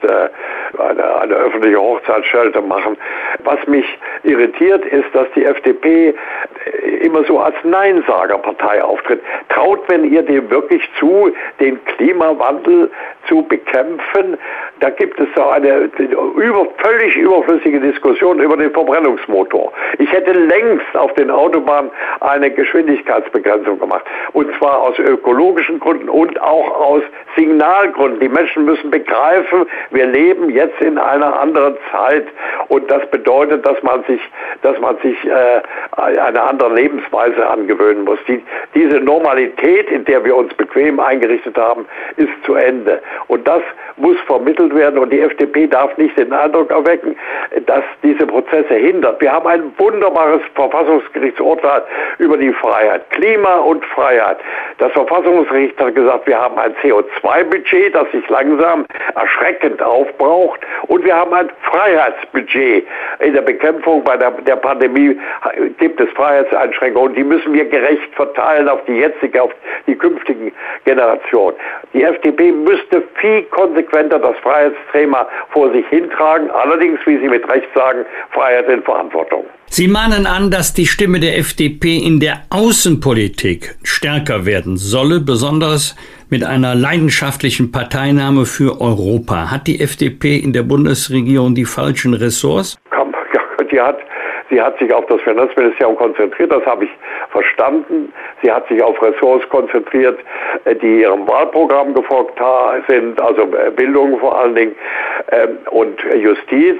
eine öffentliche Hochzeitsschelte machen. Was mich irritiert, ist, dass die FDP immer so als Neinsagerpartei auftritt. Traut, wenn ihr dem wirklich zu, den Klimawandel zu bekämpfen? Da gibt es so eine völlig überflüssige Diskussion über den Verbrennungsmotor. Ich hätte längst auf den Autobahnen eine Geschwindigkeitsbegrenzung gemacht. Und zwar aus ökologischen Gründen und auch aus Signalgründen. Die Menschen müssen begreifen, wir leben jetzt in einer anderen Zeit und das bedeutet, dass man sich eine andere Lebensweise angewöhnen muss. Diese Normalität, in der wir uns bequem eingerichtet haben, ist zu Ende. Und das muss vermittelt werden und die FDP darf nicht den Eindruck erwecken, dass diese Prozesse hindert. Wir haben ein wunderbares Verfassungsgerichtsurteil über die Freiheit. Klima und Freiheit. Das Verfassungsgericht hat gesagt, wir haben ein CO2-Budget, das sich langsam erschreckend aufbraucht und wir haben ein Freiheitsbudget. In der Bekämpfung bei der Pandemie gibt es Freiheitseinschränkungen, die müssen wir gerecht verteilen auf die jetzige, auf die künftigen Generationen. Die FDP müsste viel konsequenter das Freiheitsthema vor sich hintragen, allerdings, wie Sie mit Recht sagen, Freiheit in Verantwortung. Sie mahnen an, dass die Stimme der FDP in der Außenpolitik stärker werden solle, besonders mit einer leidenschaftlichen Parteinahme für Europa. Hat die FDP in der Bundesregierung die falschen Ressorts? Sie hat sich auf das Finanzministerium konzentriert, das habe ich verstanden. Sie hat sich auf Ressorts konzentriert, die ihrem Wahlprogramm gefolgt sind, also Bildung vor allen Dingen und Justiz.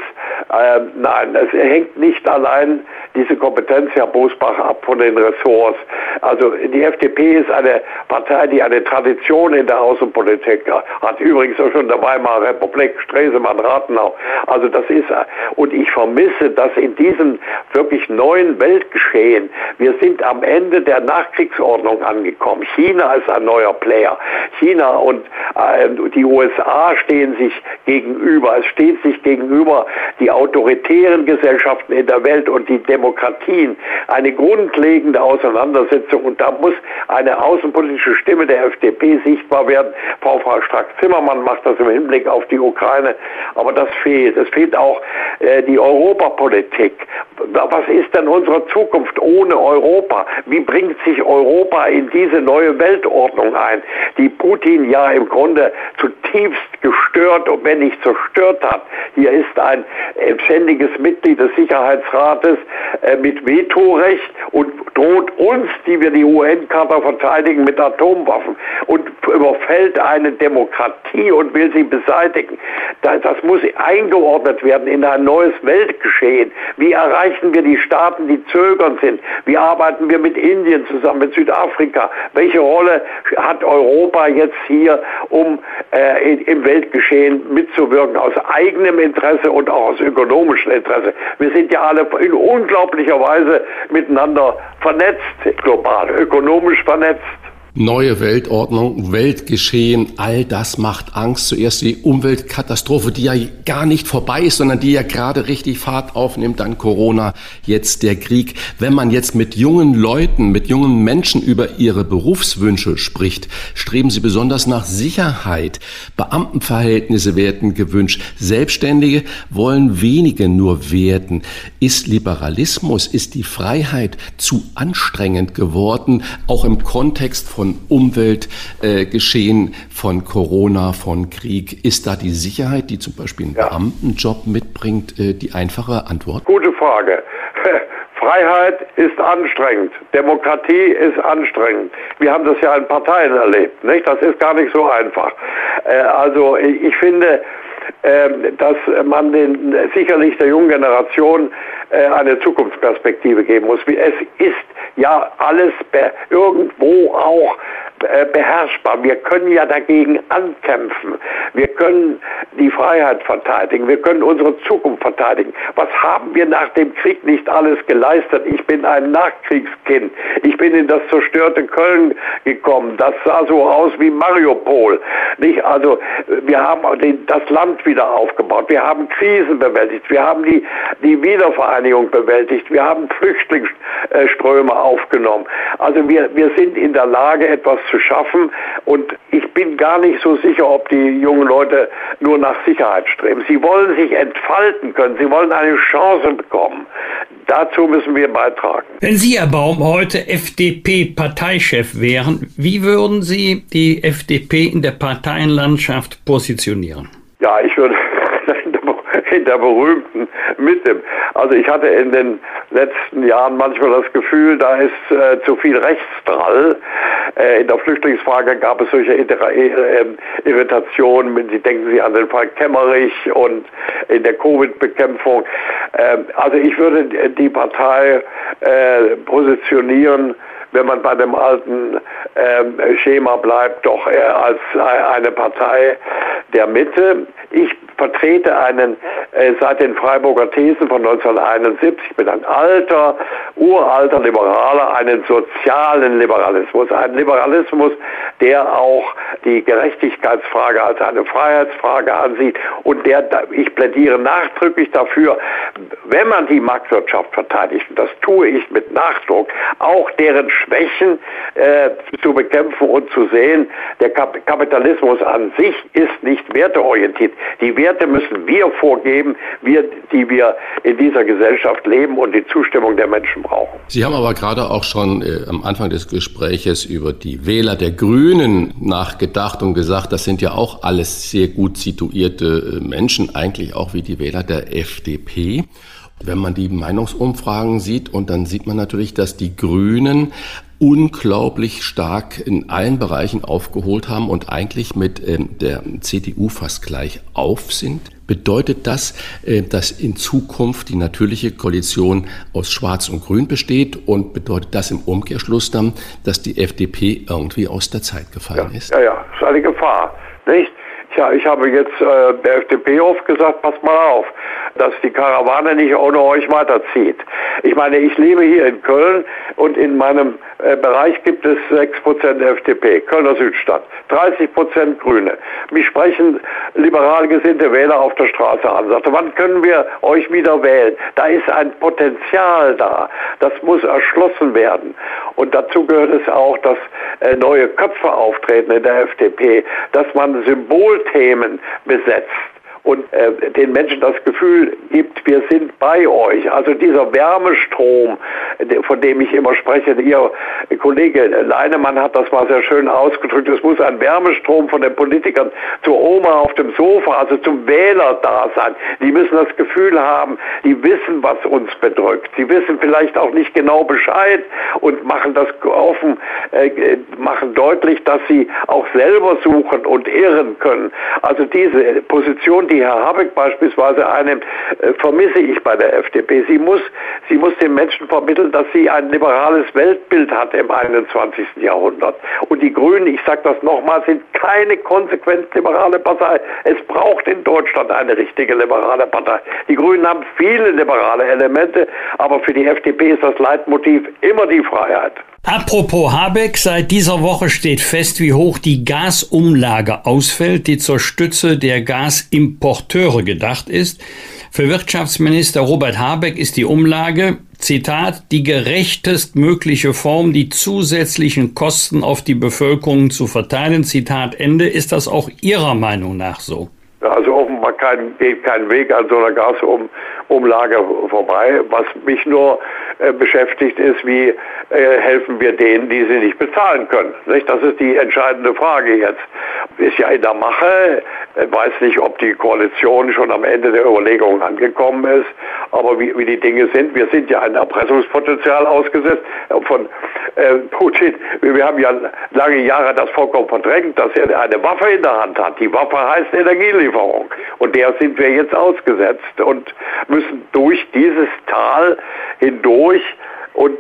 Nein, es hängt nicht allein diese Kompetenz, Herr Bosbach, ab von den Ressorts. Also die FDP ist eine Partei, die eine Tradition in der Außenpolitik hat. Übrigens auch schon in der Weimarer Republik, Stresemann, Rathenau. Also das ist, und ich vermisse das in diesem wirklich neuen Weltgeschehen. Wir sind am Ende der Nachkriegsordnung angekommen. China ist ein neuer Player. China und die USA stehen sich gegenüber. Es steht sich gegenüber die autoritären Gesellschaften in der Welt und die Demokratien. Eine grundlegende Auseinandersetzung, und da muss eine außenpolitische Stimme der FDP sichtbar werden. Frau Strack-Zimmermann macht das im Hinblick auf die Ukraine, aber das fehlt. Es fehlt auch die Europapolitik. Was ist denn unsere Zukunft ohne Europa? Wie bringt sich Europa in diese neue Weltordnung ein, die Putin ja im Grunde zutiefst gestört und wenn nicht zerstört hat? Hier ist ein ständiges Mitglied des Sicherheitsrates mit Vetorecht und droht uns, die wir die UN-Charta verteidigen, mit Atomwaffen und überfällt eine Demokratie und will sie beseitigen. Das muss eingeordnet werden in ein neues Weltgeschehen. Wie erreichen wir die Staaten, die zögernd sind? Wie arbeiten wir mit Indien zusammen, mit Südafrika? Welche Rolle hat Europa jetzt hier, um im Weltgeschehen mitzuwirken, aus eigenem Interesse und auch aus ökonomischem Interesse? Wir sind ja alle in unglaublicher Weise miteinander vernetzt, global, ökonomisch vernetzt. Neue Weltordnung, Weltgeschehen, all das macht Angst. Zuerst die Umweltkatastrophe, die ja gar nicht vorbei ist, sondern die ja gerade richtig Fahrt aufnimmt, dann Corona, jetzt der Krieg. Wenn man jetzt mit jungen Leuten, mit jungen Menschen über ihre Berufswünsche spricht, streben sie besonders nach Sicherheit. Beamtenverhältnisse werden gewünscht. Selbstständige wollen wenige nur werden. Ist Liberalismus, ist die Freiheit zu anstrengend geworden, auch im Kontext von Umweltgeschehen, von Corona, von Krieg? Ist da die Sicherheit, die zum Beispiel einen Beamtenjob mitbringt, die einfache Antwort? Gute Frage. Freiheit ist anstrengend. Demokratie ist anstrengend. Wir haben das ja in Parteien erlebt, nicht? Das ist gar nicht so einfach. Also ich finde, dass man sicherlich der jungen Generation eine Zukunftsperspektive geben muss. Es ist ja alles irgendwo auch beherrschbar. Wir können ja dagegen ankämpfen. Wir können die Freiheit verteidigen. Wir können unsere Zukunft verteidigen. Was haben wir nach dem Krieg nicht alles geleistet? Ich bin ein Nachkriegskind. Ich bin in das zerstörte Köln gekommen. Das sah so aus wie Mariupol. Nicht? Also wir haben das Land wieder aufgebaut. Wir haben Krisen bewältigt. Wir haben die Wiedervereinigung bewältigt. Wir haben Flüchtlingsströme aufgenommen. Also wir sind in der Lage, etwas zu schaffen, und ich bin gar nicht so sicher, ob die jungen Leute nur nach Sicherheit streben. Sie wollen sich entfalten können, sie wollen eine Chance bekommen. Dazu müssen wir beitragen. Wenn Sie, Herr Baum, heute FDP-Parteichef wären, wie würden Sie die FDP in der Parteienlandschaft positionieren? Ja, ich würde in der berühmten Mitte. Also ich hatte in den letzten Jahren manchmal das Gefühl, da ist zu viel Rechtsdrall. In der Flüchtlingsfrage gab es solche Irritationen. Sie denken Sie an den Fall Kemmerich und in der Covid-Bekämpfung. Also ich würde die Partei positionieren, wenn man bei dem alten Schema bleibt, doch als eine Partei der Mitte. Ich vertrete seit den Freiburger Thesen von 1971, ich bin ein uralter Liberaler, einen sozialen Liberalismus, einen Liberalismus, der auch die Gerechtigkeitsfrage als eine Freiheitsfrage ansieht, und ich plädiere nachdrücklich dafür, wenn man die Marktwirtschaft verteidigt, und das tue ich mit Nachdruck, auch deren Schwächen zu bekämpfen und zu sehen. Der Kapitalismus an sich ist nicht werteorientiert. Die Werte müssen wir vorgeben, die wir in dieser Gesellschaft leben und die Zustimmung der Menschen brauchen. Sie haben aber gerade auch schon am Anfang des Gespräches über die Wähler der Grünen nachgedacht und gesagt, das sind ja auch alles sehr gut situierte Menschen, eigentlich auch wie die Wähler der FDP. Wenn man die Meinungsumfragen sieht, und dann sieht man natürlich, dass die Grünen unglaublich stark in allen Bereichen aufgeholt haben und eigentlich mit der CDU fast gleich auf sind. Bedeutet das, dass in Zukunft die natürliche Koalition aus Schwarz und Grün besteht, und bedeutet das im Umkehrschluss dann, dass die FDP irgendwie aus der Zeit gefallen ist? Ja, das ist eine Gefahr, nicht? Ich habe jetzt der FDP oft gesagt, passt mal auf, dass die Karawane nicht ohne euch weiterzieht. Ich meine, ich lebe hier in Köln und in meinem Bereich gibt es 6% FDP, Kölner Südstadt, 30% Grüne. Mich sprechen liberal gesinnte Wähler auf der Straße an, sagte, wann können wir euch wieder wählen? Da ist ein Potenzial da, das muss erschlossen werden. Und dazu gehört es auch, dass neue Köpfe auftreten in der FDP, dass man Symbolthemen besetzt und den Menschen das Gefühl gibt, wir sind bei euch. Also dieser Wärmestrom, von dem ich immer spreche, Ihr Kollege Leinemann hat das mal sehr schön ausgedrückt, es muss ein Wärmestrom von den Politikern zur Oma auf dem Sofa, also zum Wähler da sein. Die müssen das Gefühl haben, die wissen, was uns bedrückt. Sie wissen vielleicht auch nicht genau Bescheid und machen das offen, machen deutlich, dass sie auch selber suchen und irren können. Also diese Position, die Herr Habeck beispielsweise einnimmt, vermisse ich bei der FDP. Sie muss den Menschen vermitteln, dass sie ein liberales Weltbild hat im 21. Jahrhundert. Und die Grünen, ich sage das nochmal, sind keine konsequent liberale Partei. Es braucht in Deutschland eine richtige liberale Partei. Die Grünen haben viele liberale Elemente, aber für die FDP ist das Leitmotiv immer die Freiheit. Apropos Habeck, seit dieser Woche steht fest, wie hoch die Gasumlage ausfällt, die zur Stütze der Gasimporteure gedacht ist. Für Wirtschaftsminister Robert Habeck ist die Umlage, Zitat, die gerechtestmögliche Form, die zusätzlichen Kosten auf die Bevölkerung zu verteilen. Zitat Ende. Ist das auch Ihrer Meinung nach so? Also offenbar geht kein Weg an so einer Gasumlage vorbei. Was mich nur beschäftigt ist, wie helfen wir denen, die sie nicht bezahlen können. Nicht? Das ist die entscheidende Frage jetzt. Ist ja in der Mache. Ich weiß nicht, ob die Koalition schon am Ende der Überlegungen angekommen ist, aber wie die Dinge sind, wir sind ja ein Erpressungspotenzial ausgesetzt von Putin. Wir haben ja lange Jahre das vollkommen verdrängt, dass er eine Waffe in der Hand hat. Die Waffe heißt Energielieferung. Und der sind wir jetzt ausgesetzt und müssen durch dieses Tal hindurch. Und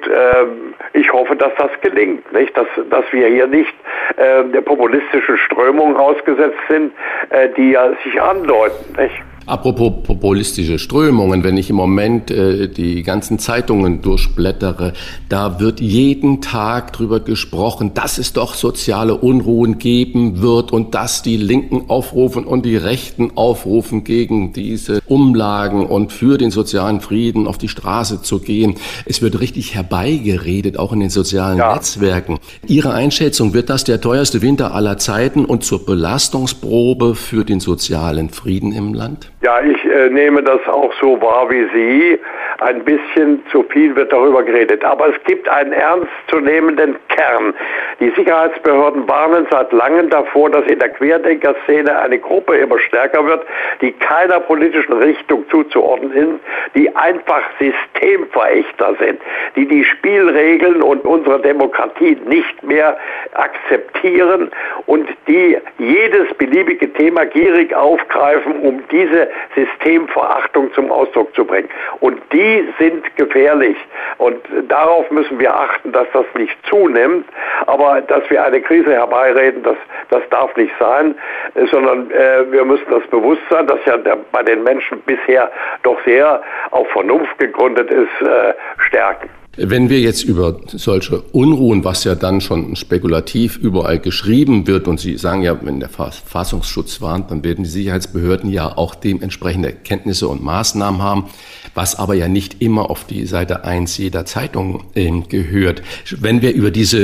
ich hoffe, dass das gelingt, nicht? Dass wir hier nicht der populistischen Strömungen ausgesetzt sind, die ja sich andeuten, nicht? Apropos populistische Strömungen, wenn ich im Moment die ganzen Zeitungen durchblättere, da wird jeden Tag drüber gesprochen, dass es doch soziale Unruhen geben wird und dass die Linken aufrufen und die Rechten aufrufen, gegen diese Umlagen und für den sozialen Frieden auf die Straße zu gehen. Es wird richtig herbeigeredet, auch in den sozialen Netzwerken. Ihre Einschätzung, wird das der teuerste Winter aller Zeiten und zur Belastungsprobe für den sozialen Frieden im Land? Ja, ich nehme das auch so wahr wie Sie. Ein bisschen zu viel wird darüber geredet. Aber es gibt einen ernstzunehmenden Kern. Die Sicherheitsbehörden warnen seit langem davor, dass in der Querdenker-Szene eine Gruppe immer stärker wird, die keiner politischen Richtung zuzuordnen ist, die einfach Systemverächter sind, die die Spielregeln und unsere Demokratie nicht mehr akzeptieren und die jedes beliebige Thema gierig aufgreifen, um diese Systemverachtung zum Ausdruck zu bringen. Und die sind gefährlich. Und darauf müssen wir achten, dass das nicht zunimmt. Aber dass wir eine Krise herbeireden, das darf nicht sein, sondern wir müssen das Bewusstsein, das ja bei den Menschen bisher doch sehr auf Vernunft gegründet ist, stärken. Wenn wir jetzt über solche Unruhen, was ja dann schon spekulativ überall geschrieben wird, und Sie sagen ja, wenn der Verfassungsschutz warnt, dann werden die Sicherheitsbehörden ja auch dementsprechende Erkenntnisse und Maßnahmen haben, was aber ja nicht immer auf die Seite 1 jeder Zeitung gehört. Wenn wir über diese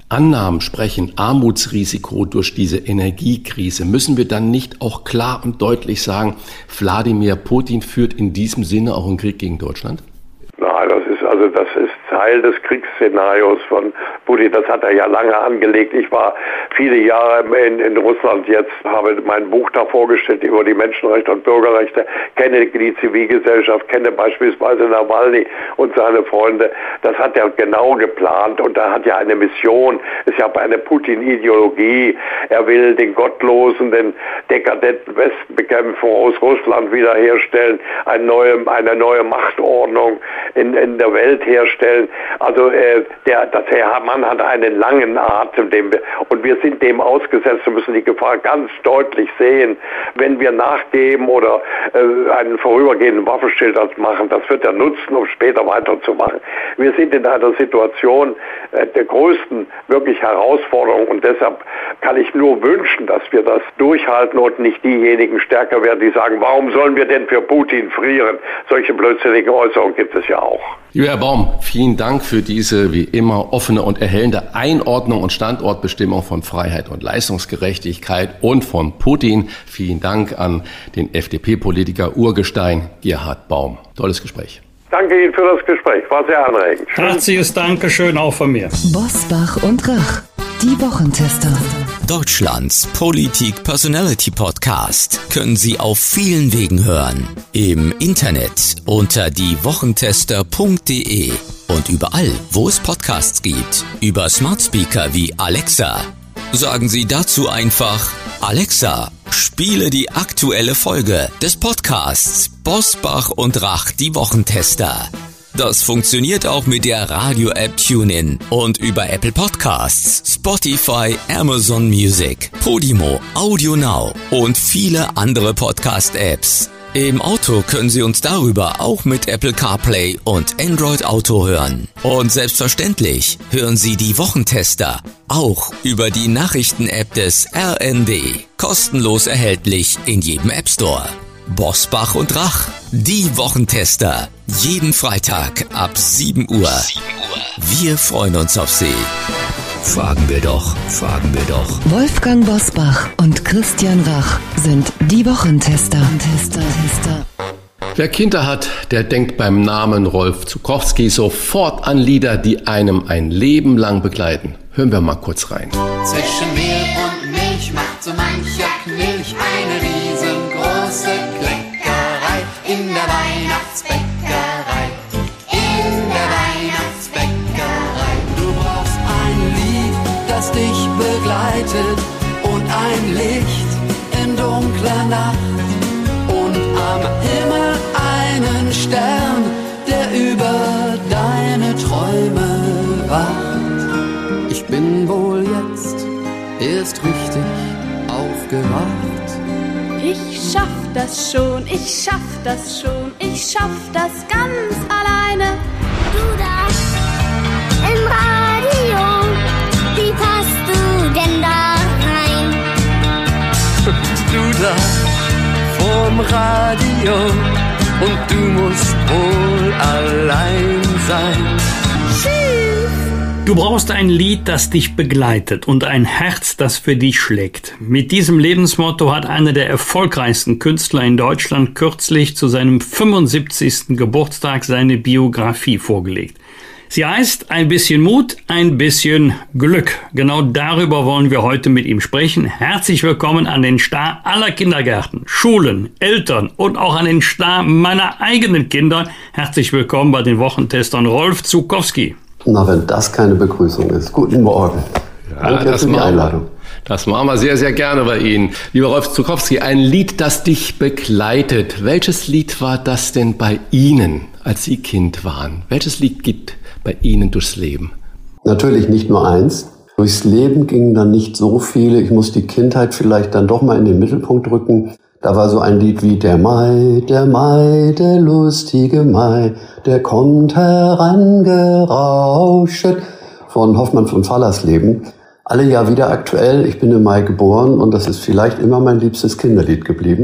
Annahmen sprechen, Armutsrisiko durch diese Energiekrise, müssen wir dann nicht auch klar und deutlich sagen, Wladimir Putin führt in diesem Sinne auch einen Krieg gegen Deutschland? Nein, das ist Teil des Kriegsszenarios von Putin. Das hat er ja lange angelegt. Ich war viele Jahre in Russland jetzt, habe mein Buch da vorgestellt über die Menschenrechte und Bürgerrechte, kenne die Zivilgesellschaft, kenne beispielsweise Nawalny und seine Freunde. Das hat er genau geplant und er hat ja eine Mission. Es ist ja eine Putin-Ideologie. Er will den gottlosen, den dekadenten Westen bekämpfen, aus Russland wiederherstellen, eine neue Machtordnung in der Welt herstellen. Also der Mann hat einen langen Atem, und wir sind dem ausgesetzt und müssen die Gefahr ganz deutlich sehen, wenn wir nachgeben oder einen vorübergehenden Waffenstillstand machen. Das wird er nutzen, um später weiterzumachen. Wir sind in einer Situation der größten wirklich Herausforderung und deshalb kann ich nur wünschen, dass wir das durchhalten und nicht diejenigen stärker werden, die sagen, warum sollen wir denn für Putin frieren? Solche blödsinnigen Äußerungen gibt es ja auch. Lieber Herr Baum, vielen Dank für diese wie immer offene und erhellende Einordnung und Standortbestimmung von Freiheit und Leistungsgerechtigkeit und von Putin. Vielen Dank an den FDP-Politiker Urgestein Gerhard Baum. Tolles Gespräch. Danke Ihnen für das Gespräch, war sehr anregend. Herzliches Dankeschön auch von mir. Bosbach und Rach, die Wochentester. Deutschlands Politik-Personality-Podcast können Sie auf vielen Wegen hören. Im Internet unter diewochentester.de und überall, wo es Podcasts gibt. Über Smart Speaker wie Alexa. Sagen Sie dazu einfach: Alexa, spiele die aktuelle Folge des Podcasts Bosbach und Rach, die Wochentester. Das funktioniert auch mit der Radio-App TuneIn und über Apple Podcasts, Spotify, Amazon Music, Podimo, Audio Now und viele andere Podcast-Apps. Im Auto können Sie uns darüber auch mit Apple CarPlay und Android Auto hören. Und selbstverständlich hören Sie die Wochentester auch über die Nachrichten-App des RND. Kostenlos erhältlich in jedem App Store. Bosbach und Rach, die Wochentester. Jeden Freitag ab 7 Uhr. Wir freuen uns auf Sie. Fragen wir doch. Wolfgang Bosbach und Christian Rach sind die Wochentester. Wer Kinder hat, der denkt beim Namen Rolf Zuckowski sofort an Lieder, die einem ein Leben lang begleiten. Hören wir mal kurz rein. Zwischen Mehl und Milch macht so mancher Knilch eine riesengroße Kleckerei in der Weihnachtsbäckerei. In der Weihnachtsbäckerei. Du brauchst ein Lied, das dich begleitet und ein Licht in dunkler Nacht und am Himmel einen Stern, der über deine Träume wacht. Ich bin wohl jetzt erst richtig aufgewacht. Ich schaff das schon, ich schaff das ganz alleine. Du da im Radio, wie passt du denn da rein? Du da vorm Radio und du musst wohl allein sein. Du brauchst ein Lied, das dich begleitet und ein Herz, das für dich schlägt. Mit diesem Lebensmotto hat einer der erfolgreichsten Künstler in Deutschland kürzlich zu seinem 75. Geburtstag seine Biografie vorgelegt. Sie heißt Ein bisschen Mut, ein bisschen Glück. Genau darüber wollen wir heute mit ihm sprechen. Herzlich willkommen an den Star aller Kindergärten, Schulen, Eltern und auch an den Star meiner eigenen Kinder. Herzlich willkommen bei den Wochentestern Rolf Zuckowski. Na, wenn das keine Begrüßung ist. Guten Morgen. Ja, danke für die Einladung. Das machen wir sehr, sehr gerne bei Ihnen. Lieber Rolf Zuckowski, ein Lied, das dich begleitet. Welches Lied war das denn bei Ihnen, als Sie Kind waren? Welches Lied geht bei Ihnen durchs Leben? Natürlich nicht nur eins. Durchs Leben gingen dann nicht so viele. Ich muss die Kindheit vielleicht dann doch mal in den Mittelpunkt rücken. Da war so ein Lied wie der Mai, der lustige Mai, der kommt herangerauschet von Hoffmann von Fallersleben. Alle Jahr wieder aktuell. Ich bin im Mai geboren und das ist vielleicht immer mein liebstes Kinderlied geblieben.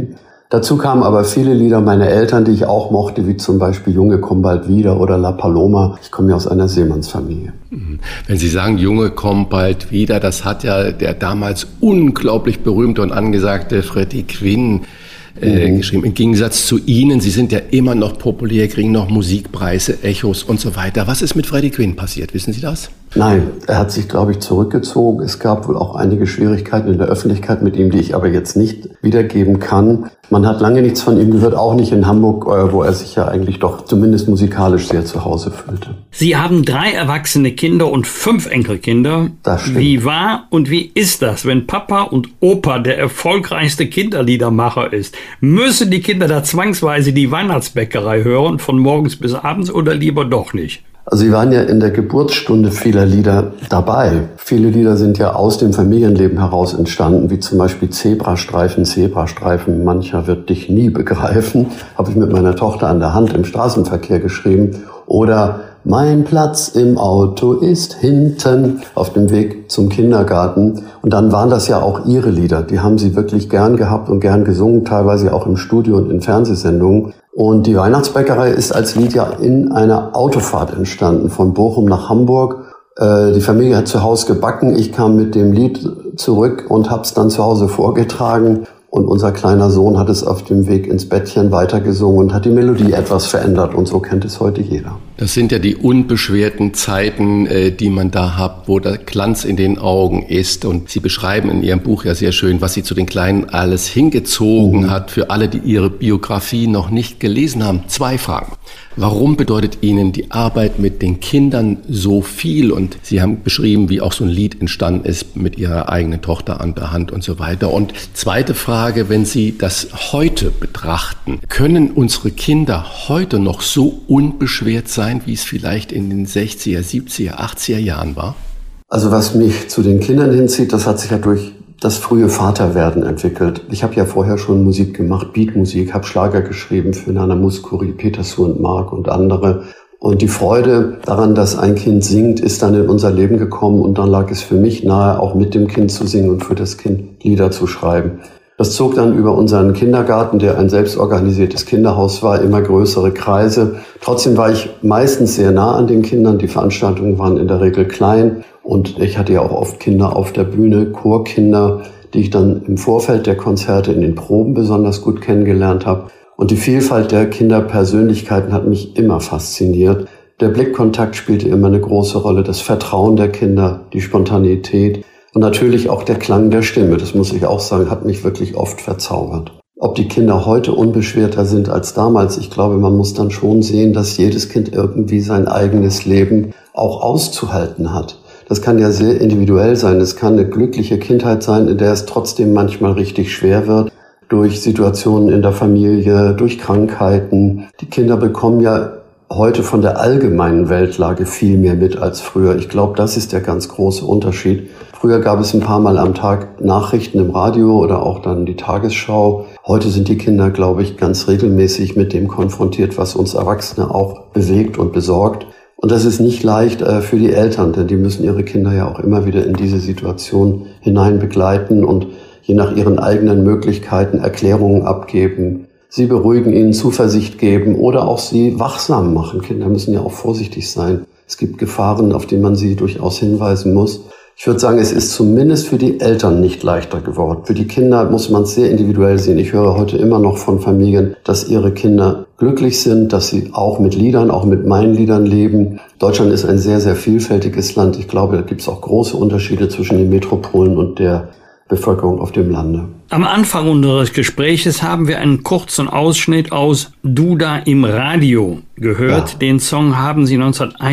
Dazu kamen aber viele Lieder meiner Eltern, die ich auch mochte, wie zum Beispiel Junge, komm bald wieder oder La Paloma. Ich komme ja aus einer Seemannsfamilie. Wenn Sie sagen, Junge, komm bald wieder, das hat ja der damals unglaublich berühmte und angesagte Freddie Quinn geschrieben. Im Gegensatz zu Ihnen, Sie sind ja immer noch populär, kriegen noch Musikpreise, Echos und so weiter. Was ist mit Freddie Quinn passiert? Wissen Sie das? Nein, er hat sich, glaube ich, zurückgezogen. Es gab wohl auch einige Schwierigkeiten in der Öffentlichkeit mit ihm, die ich aber jetzt nicht wiedergeben kann. Man hat lange nichts von ihm gehört, auch nicht in Hamburg, wo er sich ja eigentlich doch zumindest musikalisch sehr zu Hause fühlte. Sie haben 3 erwachsene Kinder und 5 Enkelkinder. Das stimmt. Wie war und wie ist das, wenn Papa und Opa der erfolgreichste Kinderliedermacher ist? Müssen die Kinder da zwangsweise die Weihnachtsbäckerei hören, von morgens bis abends, oder lieber doch nicht? Also Sie waren ja in der Geburtsstunde vieler Lieder dabei. Viele Lieder sind ja aus dem Familienleben heraus entstanden, wie zum Beispiel Zebrastreifen, Zebrastreifen, mancher wird dich nie begreifen. Habe ich mit meiner Tochter an der Hand im Straßenverkehr geschrieben. Oder Mein Platz im Auto ist hinten auf dem Weg zum Kindergarten. Und dann waren das ja auch ihre Lieder. Die haben sie wirklich gern gehabt und gern gesungen, teilweise auch im Studio und in Fernsehsendungen. Und die Weihnachtsbäckerei ist als Lied ja in einer Autofahrt entstanden, von Bochum nach Hamburg. Die Familie hat zu Hause gebacken. Ich kam mit dem Lied zurück und habe es dann zu Hause vorgetragen. Und unser kleiner Sohn hat es auf dem Weg ins Bettchen weitergesungen und hat die Melodie etwas verändert. Und so kennt es heute jeder. Das sind ja die unbeschwerten Zeiten, die man da hat, wo der Glanz in den Augen ist. Und Sie beschreiben in Ihrem Buch ja sehr schön, was Sie zu den Kleinen alles hingezogen hat. Für alle, die Ihre Biografie noch nicht gelesen haben. 2 Fragen. Warum bedeutet Ihnen die Arbeit mit den Kindern so viel? Und Sie haben beschrieben, wie auch so ein Lied entstanden ist mit Ihrer eigenen Tochter an der Hand und so weiter. Und zweite Frage, wenn Sie das heute betrachten, können unsere Kinder heute noch so unbeschwert sein, wie es vielleicht in den 60er, 70er, 80er Jahren war? Also was mich zu den Kindern hinzieht, das hat sich ja durch das frühe Vaterwerden entwickelt. Ich habe ja vorher schon Musik gemacht, Beatmusik, habe Schlager geschrieben für Nana Mouskouri, Peter Suhr und Mark und andere. Und die Freude daran, dass ein Kind singt, ist dann in unser Leben gekommen. Und dann lag es für mich nahe, auch mit dem Kind zu singen und für das Kind Lieder zu schreiben. Das zog dann über unseren Kindergarten, der ein selbstorganisiertes Kinderhaus war, immer größere Kreise. Trotzdem war ich meistens sehr nah an den Kindern. Die Veranstaltungen waren in der Regel klein. Und ich hatte ja auch oft Kinder auf der Bühne, Chorkinder, die ich dann im Vorfeld der Konzerte in den Proben besonders gut kennengelernt habe. Und die Vielfalt der Kinderpersönlichkeiten hat mich immer fasziniert. Der Blickkontakt spielte immer eine große Rolle, das Vertrauen der Kinder, die Spontanität und natürlich auch der Klang der Stimme. Das muss ich auch sagen, hat mich wirklich oft verzaubert. Ob die Kinder heute unbeschwerter sind als damals, ich glaube, man muss dann schon sehen, dass jedes Kind irgendwie sein eigenes Leben auch auszuhalten hat. Das kann ja sehr individuell sein. Es kann eine glückliche Kindheit sein, in der es trotzdem manchmal richtig schwer wird, durch Situationen in der Familie, durch Krankheiten. Die Kinder bekommen ja heute von der allgemeinen Weltlage viel mehr mit als früher. Ich glaube, das ist der ganz große Unterschied. Früher gab es ein paar Mal am Tag Nachrichten im Radio oder auch dann die Tagesschau. Heute sind die Kinder, glaube ich, ganz regelmäßig mit dem konfrontiert, was uns Erwachsene auch bewegt und besorgt. Und das ist nicht leicht für die Eltern, denn die müssen ihre Kinder ja auch immer wieder in diese Situation hinein begleiten und je nach ihren eigenen Möglichkeiten Erklärungen abgeben, sie beruhigen, ihnen Zuversicht geben oder auch sie wachsam machen. Kinder müssen ja auch vorsichtig sein. Es gibt Gefahren, auf die man sie durchaus hinweisen muss. Ich würde sagen, es ist zumindest für die Eltern nicht leichter geworden. Für die Kinder muss man es sehr individuell sehen. Ich höre heute immer noch von Familien, dass ihre Kinder glücklich sind, dass sie auch mit Liedern, auch mit meinen Liedern leben. Deutschland ist ein sehr, sehr vielfältiges Land. Ich glaube, da gibt es auch große Unterschiede zwischen den Metropolen und der Bevölkerung auf dem Lande. Am Anfang unseres Gespräches haben wir einen kurzen Ausschnitt aus Duda im Radio gehört. Ja. Den Song haben Sie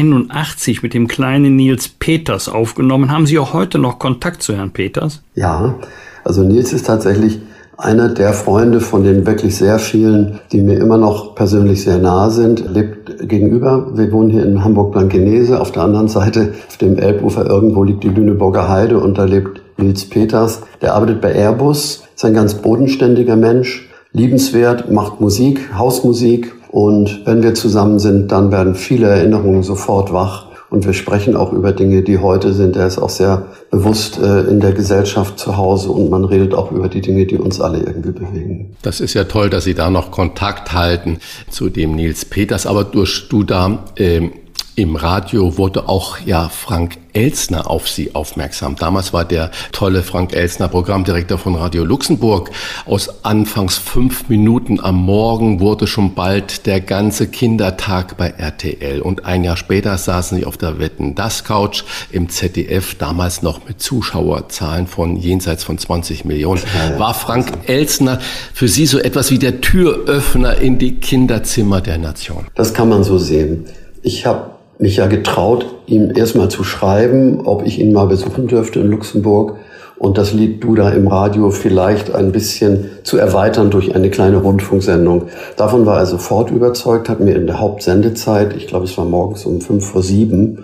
1981 mit dem kleinen Nils Peters aufgenommen. Haben Sie auch heute noch Kontakt zu Herrn Peters? Ja, also Nils ist tatsächlich einer der Freunde von den wirklich sehr vielen, die mir immer noch persönlich sehr nahe sind. Er lebt gegenüber. Wir wohnen hier in Hamburg-Blankenese. Auf der anderen Seite, auf dem Elbufer, irgendwo liegt die Lüneburger Heide und da lebt Nils Peters. Der arbeitet bei Airbus, ist ein ganz bodenständiger Mensch, liebenswert, macht Musik, Hausmusik. Und wenn wir zusammen sind, dann werden viele Erinnerungen sofort wach. Und wir sprechen auch über Dinge, die heute sind. Er ist auch sehr bewusst in der Gesellschaft zu Hause und man redet auch über die Dinge, die uns alle irgendwie bewegen. Das ist ja toll, dass Sie da noch Kontakt halten zu dem Nils Peters. Aber durch Duda im Radio wurde auch Frank Elstner auf Sie aufmerksam. Damals war der tolle Frank Elstner Programmdirektor von Radio Luxemburg. Aus anfangs 5 Minuten am Morgen wurde schon bald der ganze Kindertag bei RTL. Und ein Jahr später saßen Sie auf der Wetten-dass-Couch im ZDF, damals noch mit Zuschauerzahlen von jenseits von 20 Millionen. War Frank Elstner für Sie so etwas wie der Türöffner in die Kinderzimmer der Nation? Das kann man so sehen. Ich habe mich ja getraut, ihm erstmal zu schreiben, ob ich ihn mal besuchen dürfte in Luxemburg und das Lied Duda im Radio vielleicht ein bisschen zu erweitern durch eine kleine Rundfunksendung. Davon war er sofort überzeugt, hat mir in der Hauptsendezeit, ich glaube es war morgens um 6:55,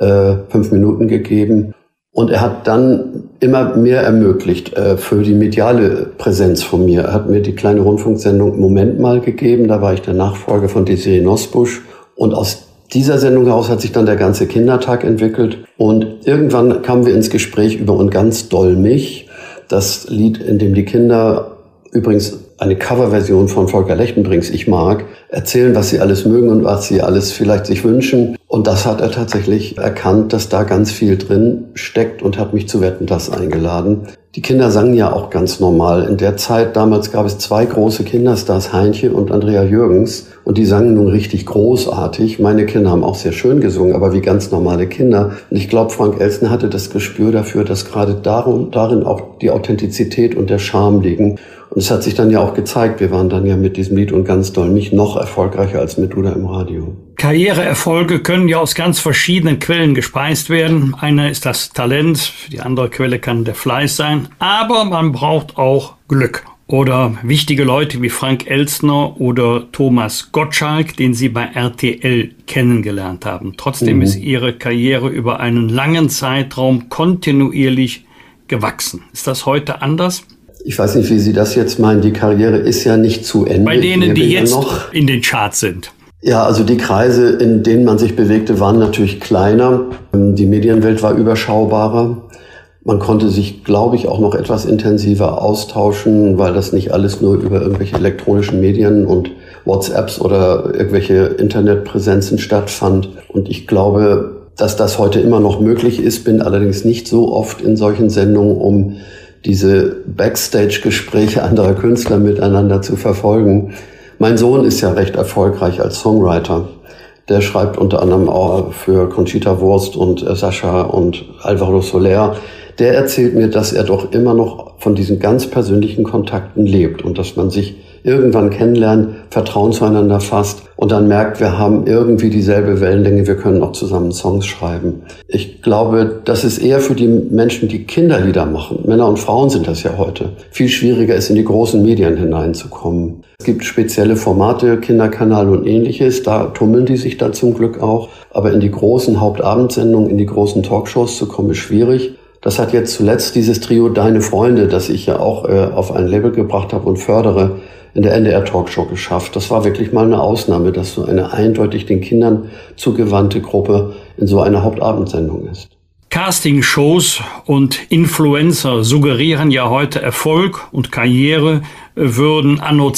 5 Minuten gegeben. Und er hat dann immer mehr ermöglicht für die mediale Präsenz von mir. Er hat mir die kleine Rundfunksendung Moment mal gegeben, da war ich der Nachfolger von Desiree Nosbusch und aus dieser Sendung heraus hat sich dann der ganze Kindertag entwickelt und irgendwann kamen wir ins Gespräch über Und ganz doll mich, das Lied, in dem die Kinder, übrigens eine Coverversion von Volker Lechtenbrings, Ich mag, erzählen, was sie alles mögen und was sie alles vielleicht sich wünschen. Und das hat er tatsächlich erkannt, dass da ganz viel drin steckt und hat mich zu Wetten-dass eingeladen. Die Kinder sangen ja auch ganz normal. In der Zeit, damals gab es 2 große Kinderstars, Heinche und Andrea Jürgens. Und die sangen nun richtig großartig. Meine Kinder haben auch sehr schön gesungen, aber wie ganz normale Kinder. Und ich glaube, Frank Elstner hatte das Gespür dafür, dass gerade darin auch die Authentizität und der Charme liegen. Und es hat sich dann ja auch gezeigt, wir waren dann ja mit diesem Lied Und ganz doll mich noch erfolgreicher als mit Duda im Radio. Karriereerfolge können ja aus ganz verschiedenen Quellen gespeist werden. Eine ist das Talent, die andere Quelle kann der Fleiß sein. Aber man braucht auch Glück. Oder wichtige Leute wie Frank Elstner oder Thomas Gottschalk, den Sie bei RTL kennengelernt haben. Trotzdem ist Ihre Karriere über einen langen Zeitraum kontinuierlich gewachsen. Ist das heute anders? Ich weiß nicht, wie Sie das jetzt meinen. Die Karriere ist ja nicht zu Ende. Bei denen, die jetzt noch in den Charts sind. Ja, also die Kreise, in denen man sich bewegte, waren natürlich kleiner. Die Medienwelt war überschaubarer. Man konnte sich, glaube ich, auch noch etwas intensiver austauschen, weil das nicht alles nur über irgendwelche elektronischen Medien und WhatsApps oder irgendwelche Internetpräsenzen stattfand. Und ich glaube, dass das heute immer noch möglich ist, bin allerdings nicht so oft in solchen Sendungen, um diese Backstage-Gespräche anderer Künstler miteinander zu verfolgen. Mein Sohn ist ja recht erfolgreich als Songwriter. Der schreibt unter anderem auch für Conchita Wurst und Sascha und Alvaro Soler. Der erzählt mir, dass er doch immer noch von diesen ganz persönlichen Kontakten lebt und dass man sich irgendwann kennenlernt, Vertrauen zueinander fasst und dann merkt, wir haben irgendwie dieselbe Wellenlänge, wir können auch zusammen Songs schreiben. Ich glaube, das ist eher für die Menschen, die Kinderlieder machen. Männer und Frauen sind das ja heute. Viel schwieriger ist, in die großen Medien hineinzukommen. Es gibt spezielle Formate, Kinderkanal und ähnliches, da tummeln die sich dann zum Glück auch. Aber in die großen Hauptabendsendungen, in die großen Talkshows zu kommen, ist schwierig. Das hat jetzt zuletzt dieses Trio Deine Freunde, das ich ja auch auf ein Label gebracht habe und fördere, in der NDR-Talkshow geschafft. Das war wirklich mal eine Ausnahme, dass so eine eindeutig den Kindern zugewandte Gruppe in so einer Hauptabendsendung ist. Castingshows und Influencer suggerieren ja heute Erfolg und Karriere würden anno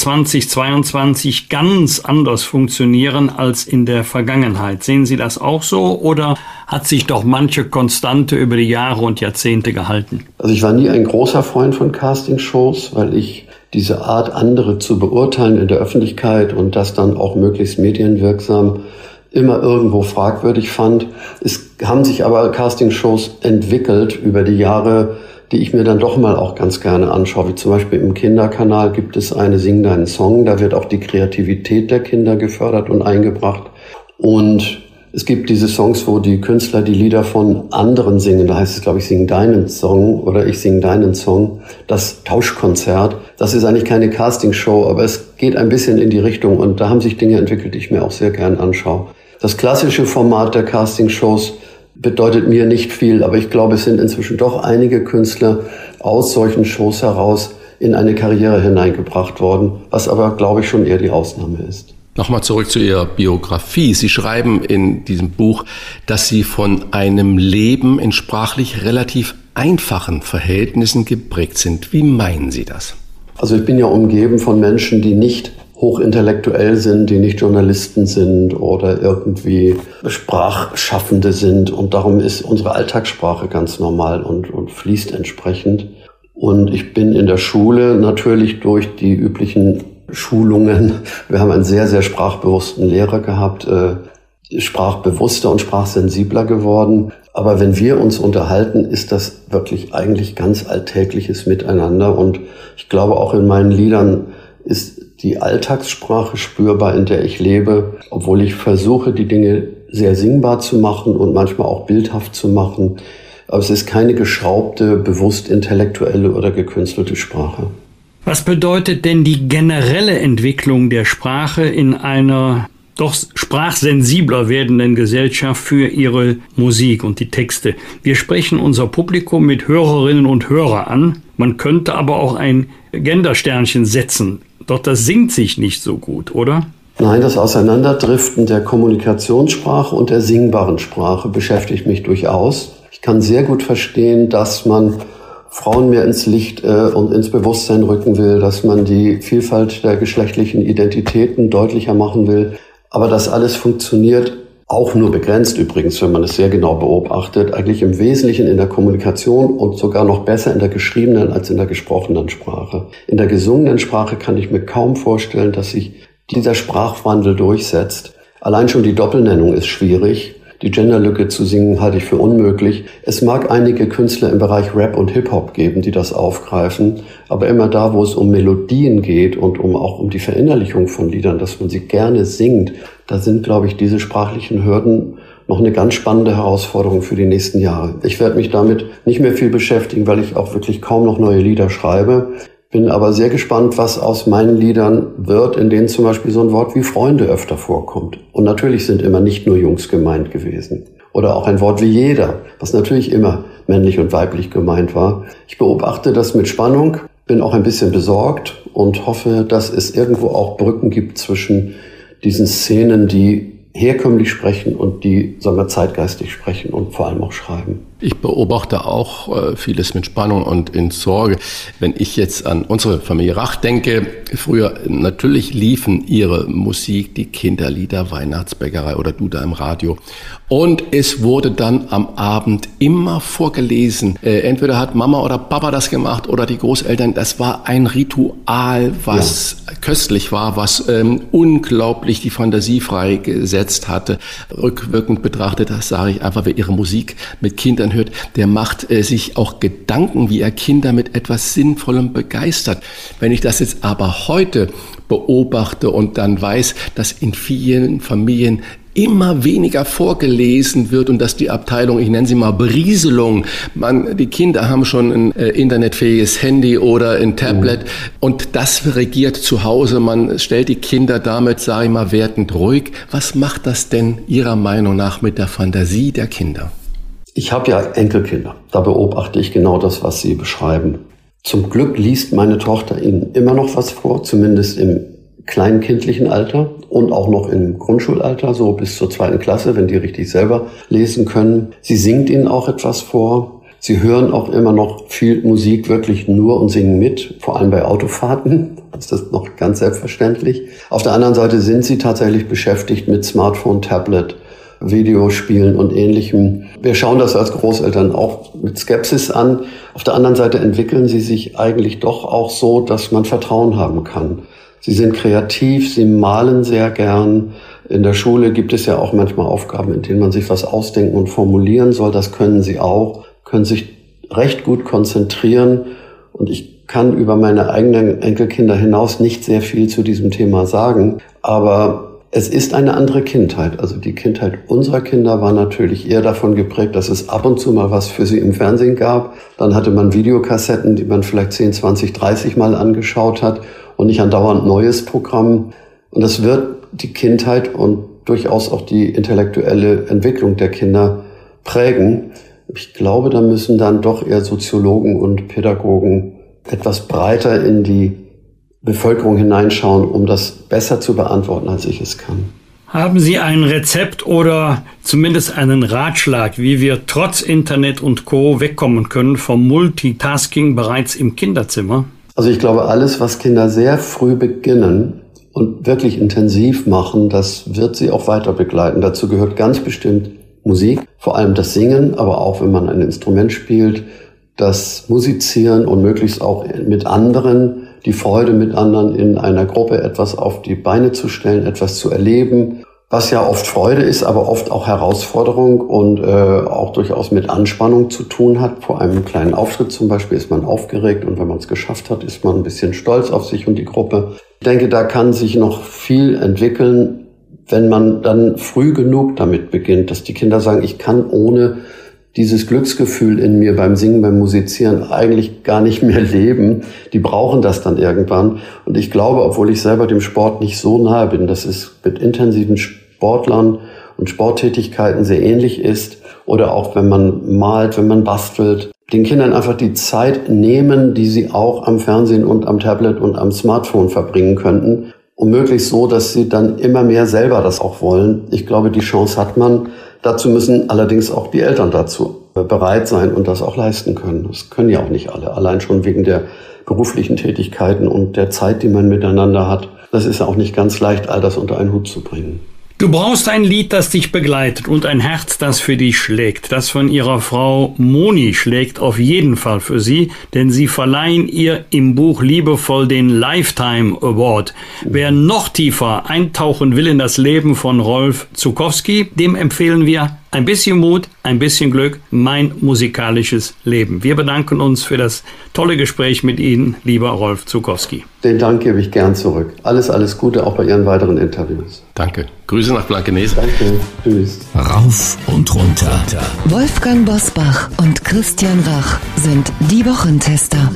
2022 ganz anders funktionieren als in der Vergangenheit. Sehen Sie das auch so oder hat sich doch manche Konstante über die Jahre und Jahrzehnte gehalten? Also ich war nie ein großer Freund von Castingshows, weil ich diese Art, andere zu beurteilen in der Öffentlichkeit und das dann auch möglichst medienwirksam immer irgendwo fragwürdig fand. Es haben sich aber Castingshows entwickelt über die Jahre, die ich mir dann doch mal auch ganz gerne anschaue. Wie zum Beispiel im Kinderkanal gibt es eine Sing deinen Song. Da wird auch die Kreativität der Kinder gefördert und eingebracht. Und es gibt diese Songs, wo die Künstler die Lieder von anderen singen. Da heißt es, glaube ich, Sing deinen Song oder Ich sing deinen Song. Das Tauschkonzert. Das ist eigentlich keine Castingshow, aber es geht ein bisschen in die Richtung. Und da haben sich Dinge entwickelt, die ich mir auch sehr gern anschaue. Das klassische Format der Castingshows bedeutet mir nicht viel, aber ich glaube, es sind inzwischen doch einige Künstler aus solchen Shows heraus in eine Karriere hineingebracht worden, was aber, glaube ich, schon eher die Ausnahme ist. Nochmal zurück zu Ihrer Biografie. Sie schreiben in diesem Buch, dass Sie von einem Leben in sprachlich relativ einfachen Verhältnissen geprägt sind. Wie meinen Sie das? Also ich bin ja umgeben von Menschen, die nicht hochintellektuell sind, die nicht Journalisten sind oder irgendwie Sprachschaffende sind. Und darum ist unsere Alltagssprache ganz normal und fließt entsprechend. Und ich bin in der Schule natürlich durch die üblichen Schulungen. Wir haben einen sehr, sehr sprachbewussten Lehrer gehabt, sprachbewusster und sprachsensibler geworden. Aber wenn wir uns unterhalten, ist das wirklich eigentlich ganz alltägliches Miteinander. Und ich glaube, auch in meinen Liedern ist die Alltagssprache spürbar, in der ich lebe, obwohl ich versuche, die Dinge sehr singbar zu machen und manchmal auch bildhaft zu machen. Aber es ist keine geschraubte, bewusst intellektuelle oder gekünstelte Sprache. Was bedeutet denn die generelle Entwicklung der Sprache in einer doch sprachsensibler werdenden Gesellschaft für Ihre Musik und die Texte? Wir sprechen unser Publikum mit Hörerinnen und Hörern an. Man könnte aber auch ein Gendersternchen setzen. Doch das singt sich nicht so gut, oder? Nein, das Auseinanderdriften der Kommunikationssprache und der singbaren Sprache beschäftigt mich durchaus. Ich kann sehr gut verstehen, dass man Frauen mehr ins Licht und ins Bewusstsein rücken will, dass man die Vielfalt der geschlechtlichen Identitäten deutlicher machen will. Aber das alles funktioniert auch nur begrenzt übrigens, wenn man es sehr genau beobachtet, eigentlich im Wesentlichen in der Kommunikation und sogar noch besser in der geschriebenen als in der gesprochenen Sprache. In der gesungenen Sprache kann ich mir kaum vorstellen, dass sich dieser Sprachwandel durchsetzt. Allein schon die Doppelnennung ist schwierig. Die Genderlücke zu singen halte ich für unmöglich. Es mag einige Künstler im Bereich Rap und Hip-Hop geben, die das aufgreifen, aber immer da, wo es um Melodien geht und auch um die Verinnerlichung von Liedern, dass man sie gerne singt, da sind, glaube ich, diese sprachlichen Hürden noch eine ganz spannende Herausforderung für die nächsten Jahre. Ich werde mich damit nicht mehr viel beschäftigen, weil ich auch wirklich kaum noch neue Lieder schreibe. Bin aber sehr gespannt, was aus meinen Liedern wird, in denen zum Beispiel so ein Wort wie Freunde öfter vorkommt. Und natürlich sind immer nicht nur Jungs gemeint gewesen. Oder auch ein Wort wie jeder, was natürlich immer männlich und weiblich gemeint war. Ich beobachte das mit Spannung, bin auch ein bisschen besorgt und hoffe, dass es irgendwo auch Brücken gibt zwischen diesen Szenen, die herkömmlich sprechen und die, sagen wir, zeitgeistig sprechen und vor allem auch schreiben. Ich beobachte auch vieles mit Spannung und in Sorge. Wenn ich jetzt an unsere Familie Rach denke, früher natürlich liefen ihre Musik, die Kinderlieder, Weihnachtsbäckerei oder Du da im Radio. Und es wurde dann am Abend immer vorgelesen. Entweder hat Mama oder Papa das gemacht oder die Großeltern. Das war ein Ritual, was köstlich war, was unglaublich die Fantasie freigesetzt hatte. Rückwirkend betrachtet, das sage ich einfach, wer ihre Musik mit Kindern hört, der macht sich auch Gedanken, wie er Kinder mit etwas Sinnvollem begeistert. Wenn ich das jetzt aber heute beobachte und dann weiß, dass in vielen Familien immer weniger vorgelesen wird und dass die Abteilung, ich nenne sie mal Berieselung, die Kinder haben schon ein internetfähiges Handy oder ein Tablet und das regiert zu Hause. Man stellt die Kinder damit, sage ich mal, wertend ruhig. Was macht das denn Ihrer Meinung nach mit der Fantasie der Kinder? Ich habe ja Enkelkinder. Da beobachte ich genau das, was Sie beschreiben. Zum Glück liest meine Tochter ihnen immer noch was vor, zumindest im kleinkindlichen Alter und auch noch im Grundschulalter, so bis zur 2. Klasse, wenn die richtig selber lesen können. Sie singt ihnen auch etwas vor. Sie hören auch immer noch viel Musik wirklich nur und singen mit, vor allem bei Autofahrten. Das ist noch ganz selbstverständlich. Auf der anderen Seite sind sie tatsächlich beschäftigt mit Smartphone, Tablet, Videospielen und Ähnlichem. Wir schauen das als Großeltern auch mit Skepsis an. Auf der anderen Seite entwickeln sie sich eigentlich doch auch so, dass man Vertrauen haben kann. Sie sind kreativ, sie malen sehr gern. In der Schule gibt es ja auch manchmal Aufgaben, in denen man sich was ausdenken und formulieren soll. Das können sie auch, können sich recht gut konzentrieren. Und ich kann über meine eigenen Enkelkinder hinaus nicht sehr viel zu diesem Thema sagen. Aber es ist eine andere Kindheit. Also die Kindheit unserer Kinder war natürlich eher davon geprägt, dass es ab und zu mal was für sie im Fernsehen gab. Dann hatte man Videokassetten, die man vielleicht 10, 20, 30 Mal angeschaut hat und nicht andauernd neues Programm. Und das wird die Kindheit und durchaus auch die intellektuelle Entwicklung der Kinder prägen. Ich glaube, da müssen dann doch eher Soziologen und Pädagogen etwas breiter in die Bevölkerung hineinschauen, um das besser zu beantworten, als ich es kann. Haben Sie ein Rezept oder zumindest einen Ratschlag, wie wir trotz Internet und Co. wegkommen können vom Multitasking bereits im Kinderzimmer? Also ich glaube, alles, was Kinder sehr früh beginnen und wirklich intensiv machen, das wird sie auch weiter begleiten. Dazu gehört ganz bestimmt Musik, vor allem das Singen, aber auch wenn man ein Instrument spielt, das Musizieren und möglichst auch mit anderen, die Freude mit anderen in einer Gruppe etwas auf die Beine zu stellen, etwas zu erleben, was ja oft Freude ist, aber oft auch Herausforderung und auch durchaus mit Anspannung zu tun hat. Vor einem kleinen Auftritt zum Beispiel ist man aufgeregt und wenn man es geschafft hat, ist man ein bisschen stolz auf sich und die Gruppe. Ich denke, da kann sich noch viel entwickeln, wenn man dann früh genug damit beginnt, dass die Kinder sagen, ich kann ohne dieses Glücksgefühl in mir beim Singen, beim Musizieren eigentlich gar nicht mehr leben. Die brauchen das dann irgendwann. Und ich glaube, obwohl ich selber dem Sport nicht so nahe bin, dass es mit intensiven Sportlern und Sporttätigkeiten sehr ähnlich ist. Oder auch wenn man malt, wenn man bastelt. Den Kindern einfach die Zeit nehmen, die sie auch am Fernsehen und am Tablet und am Smartphone verbringen könnten. Und möglichst so, dass sie dann immer mehr selber das auch wollen. Ich glaube, die Chance hat man. Dazu müssen allerdings auch die Eltern dazu bereit sein und das auch leisten können. Das können ja auch nicht alle, allein schon wegen der beruflichen Tätigkeiten und der Zeit, die man miteinander hat. Das ist ja auch nicht ganz leicht, all das unter einen Hut zu bringen. Du brauchst ein Lied, das dich begleitet und ein Herz, das für dich schlägt. Das von ihrer Frau Moni schlägt auf jeden Fall für sie, denn sie verleihen ihr im Buch liebevoll den Lifetime Award. Wer noch tiefer eintauchen will in das Leben von Rolf Zuckowski, dem empfehlen wir ein bisschen Mut, ein bisschen Glück, mein musikalisches Leben. Wir bedanken uns für das tolle Gespräch mit Ihnen, lieber Rolf Zuckowski. Den Dank gebe ich gern zurück. Alles Gute auch bei Ihren weiteren Interviews. Danke. Grüße nach Blankenese. Danke. Tschüss. Rauf und runter. Wolfgang Bosbach und Christian Rach sind die Wochentester.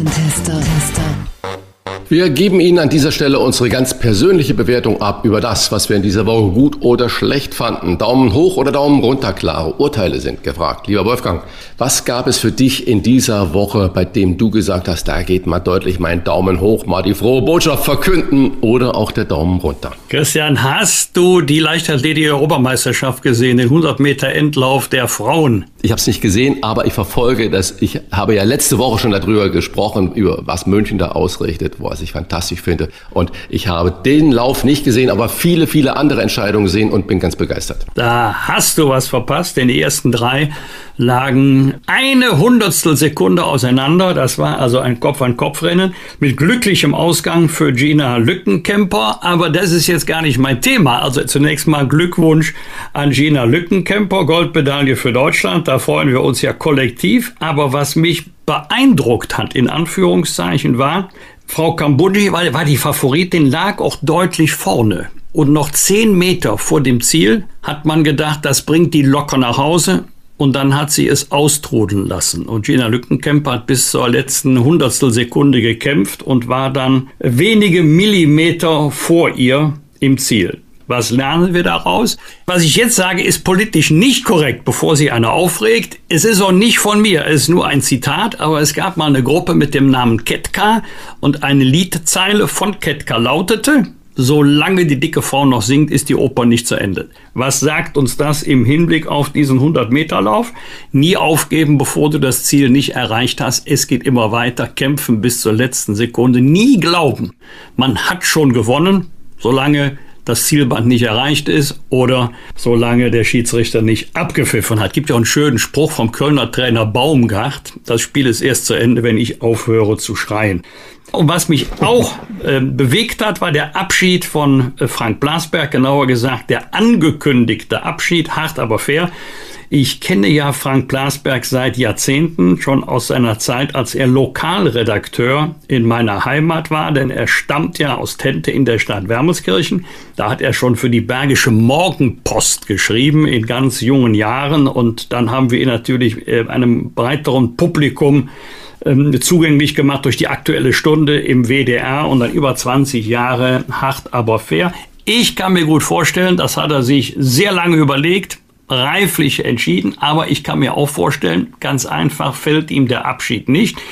Wir geben Ihnen an dieser Stelle unsere ganz persönliche Bewertung ab über das, was wir in dieser Woche gut oder schlecht fanden. Daumen hoch oder Daumen runter, klare Urteile sind gefragt. Lieber Wolfgang, was gab es für dich in dieser Woche, bei dem du gesagt hast, da geht mal deutlich mein Daumen hoch, mal die frohe Botschaft verkünden oder auch der Daumen runter? Christian, hast du die Leichtathletik-Europameisterschaft gesehen, den 100 Meter Endlauf der Frauen? Ich habe es nicht gesehen, aber ich verfolge das. Ich habe ja letzte Woche schon darüber gesprochen, über was München da ausrichtet, was ich fantastisch finde. Und ich habe den Lauf nicht gesehen, aber viele, viele andere Entscheidungen gesehen und bin ganz begeistert. Da hast du was verpasst, denn die ersten 3 lagen 1/100 Sekunde auseinander. Das war also ein Kopf-an-Kopf-Rennen mit glücklichem Ausgang für Gina Lückenkämper. Aber das ist jetzt gar nicht mein Thema. Also zunächst mal Glückwunsch an Gina Lückenkämper, Goldmedaille für Deutschland. Da freuen wir uns ja kollektiv. Aber was mich beeindruckt hat, in Anführungszeichen, war, Frau Kambodji war die Favoritin, lag auch deutlich vorne. Und noch 10 Meter vor dem Ziel hat man gedacht, das bringt die locker nach Hause. Und dann hat sie es austrudeln lassen. Und Gina Lückenkämper hat bis zur letzten 100 Sekunde gekämpft und war dann wenige Millimeter vor ihr im Ziel. Was lernen wir daraus? Was ich jetzt sage, ist politisch nicht korrekt, bevor sie einer aufregt. Es ist auch nicht von mir, es ist nur ein Zitat, aber es gab mal eine Gruppe mit dem Namen Ketka und eine Liedzeile von Ketka lautete: Solange die dicke Frau noch singt, ist die Oper nicht zu Ende. Was sagt uns das im Hinblick auf diesen 100-Meter-Lauf? Nie aufgeben, bevor du das Ziel nicht erreicht hast. Es geht immer weiter, kämpfen bis zur letzten Sekunde. Nie glauben, man hat schon gewonnen, solange das Zielband nicht erreicht ist oder solange der Schiedsrichter nicht abgepfiffen hat. Gibt ja einen schönen Spruch vom Kölner Trainer Baumgart: Das Spiel ist erst zu Ende, wenn ich aufhöre zu schreien. Und was mich auch bewegt hat, war der Abschied von Frank Blasberg, genauer gesagt der angekündigte Abschied, hart aber fair. Ich kenne ja Frank Blasberg seit Jahrzehnten, schon aus seiner Zeit, als er Lokalredakteur in meiner Heimat war, denn er stammt ja aus Tente in der Stadt Wermelskirchen. Da hat er schon für die Bergische Morgenpost geschrieben in ganz jungen Jahren und dann haben wir ihn natürlich einem breiteren Publikum zugänglich gemacht durch die Aktuelle Stunde im WDR und dann über 20 Jahre hart aber fair. Ich kann mir gut vorstellen, das hat er sich sehr lange überlegt, reiflich entschieden, aber ich kann mir auch vorstellen, ganz einfach fällt ihm der Abschied nicht.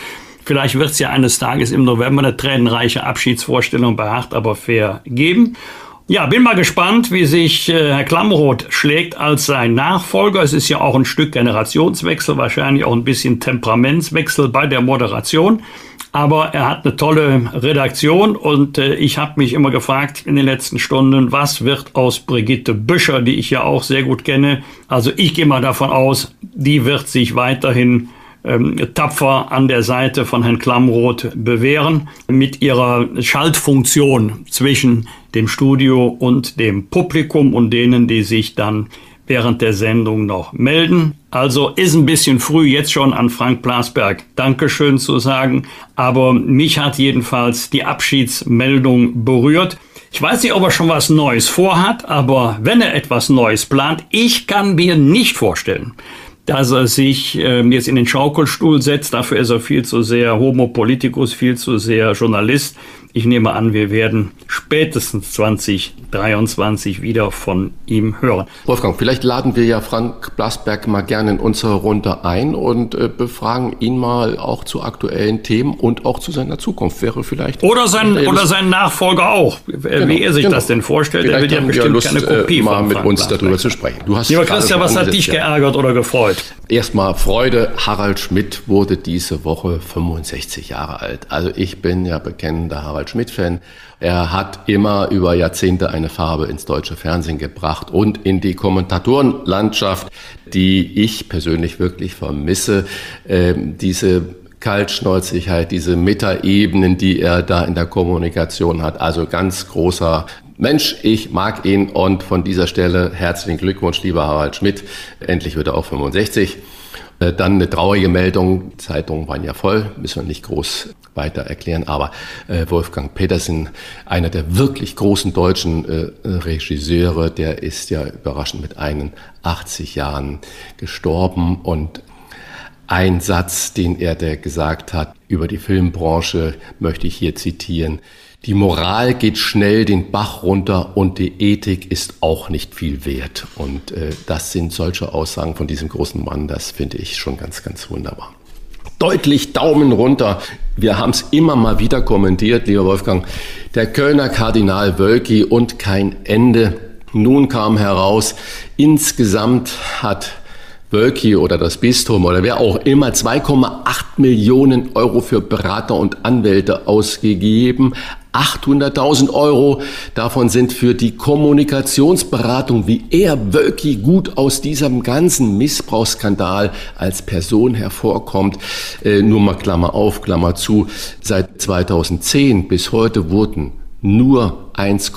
Vielleicht wird es ja eines Tages im November eine tränenreiche Abschiedsvorstellung bei Hart aber fair geben. Ja, bin mal gespannt, wie sich Herr Klamroth schlägt als sein Nachfolger. Es ist ja auch ein Stück Generationswechsel, wahrscheinlich auch ein bisschen Temperamentswechsel bei der Moderation. Aber er hat eine tolle Redaktion und ich habe mich immer gefragt in den letzten Stunden, was wird aus Brigitte Büscher, die ich ja auch sehr gut kenne. Also ich gehe mal davon aus, die wird sich weiterhin tapfer an der Seite von Herrn Klamroth bewähren, mit ihrer Schaltfunktion zwischen dem Studio und dem Publikum und denen, die sich dann während der Sendung noch melden. Also ist ein bisschen früh, jetzt schon an Frank Plasberg Dankeschön zu sagen, aber mich hat jedenfalls die Abschiedsmeldung berührt. Ich weiß nicht, ob er schon was Neues vorhat, aber wenn er etwas Neues plant, ich kann mir nicht vorstellen, dass er sich jetzt in den Schaukelstuhl setzt. Dafür ist er viel zu sehr Homo Politicus, viel zu sehr Journalist. Ich nehme an, wir werden spätestens 2023 wieder von ihm hören. Wolfgang, vielleicht laden wir ja Frank Plasberg mal gerne in unsere Runde ein und befragen ihn mal auch zu aktuellen Themen und auch zu seiner Zukunft. Wäre vielleicht oder sein Nachfolger auch, wie er sich das denn vorstellt. Vielleicht er wird ja bestimmt Lust, keine Kopie mal von mit Frank uns Plasberg darüber zu sprechen. Lieber Christian, was hat dich geärgert oder gefreut? Erstmal Freude, Harald Schmidt wurde diese Woche 65 Jahre alt. Also ich bin ja bekennender Harald Schmidt-Fan. Er hat immer über Jahrzehnte eine Farbe ins deutsche Fernsehen gebracht und in die Kommentatorenlandschaft, die ich persönlich wirklich vermisse. Diese Kaltschnäuzigkeit, diese Metaebenen, die er da in der Kommunikation hat. Also ganz großer Mensch, ich mag ihn und von dieser Stelle herzlichen Glückwunsch, lieber Harald Schmidt. Endlich wird er auch 65. Dann eine traurige Meldung, die Zeitungen waren ja voll, müssen wir nicht groß weiter erklären, aber Wolfgang Petersen, einer der wirklich großen deutschen Regisseure, der ist ja überraschend mit 81 Jahren gestorben und ein Satz, den er gesagt hat über die Filmbranche, möchte ich hier zitieren. Die Moral geht schnell den Bach runter und die Ethik ist auch nicht viel wert. Und das sind solche Aussagen von diesem großen Mann, das finde ich schon ganz, ganz wunderbar. Deutlich Daumen runter. Wir haben es immer mal wieder kommentiert, lieber Wolfgang. Der Kölner Kardinal Wölki und kein Ende. Nun kam heraus, insgesamt hat Wölki oder das Bistum oder wer auch immer 2,8 Millionen Euro für Berater und Anwälte ausgegeben. 800.000 Euro davon sind für die Kommunikationsberatung, wie er Wölki gut aus diesem ganzen Missbrauchsskandal als Person hervorkommt. Nur mal Klammer auf, Klammer zu. Seit 2010 bis heute wurden nur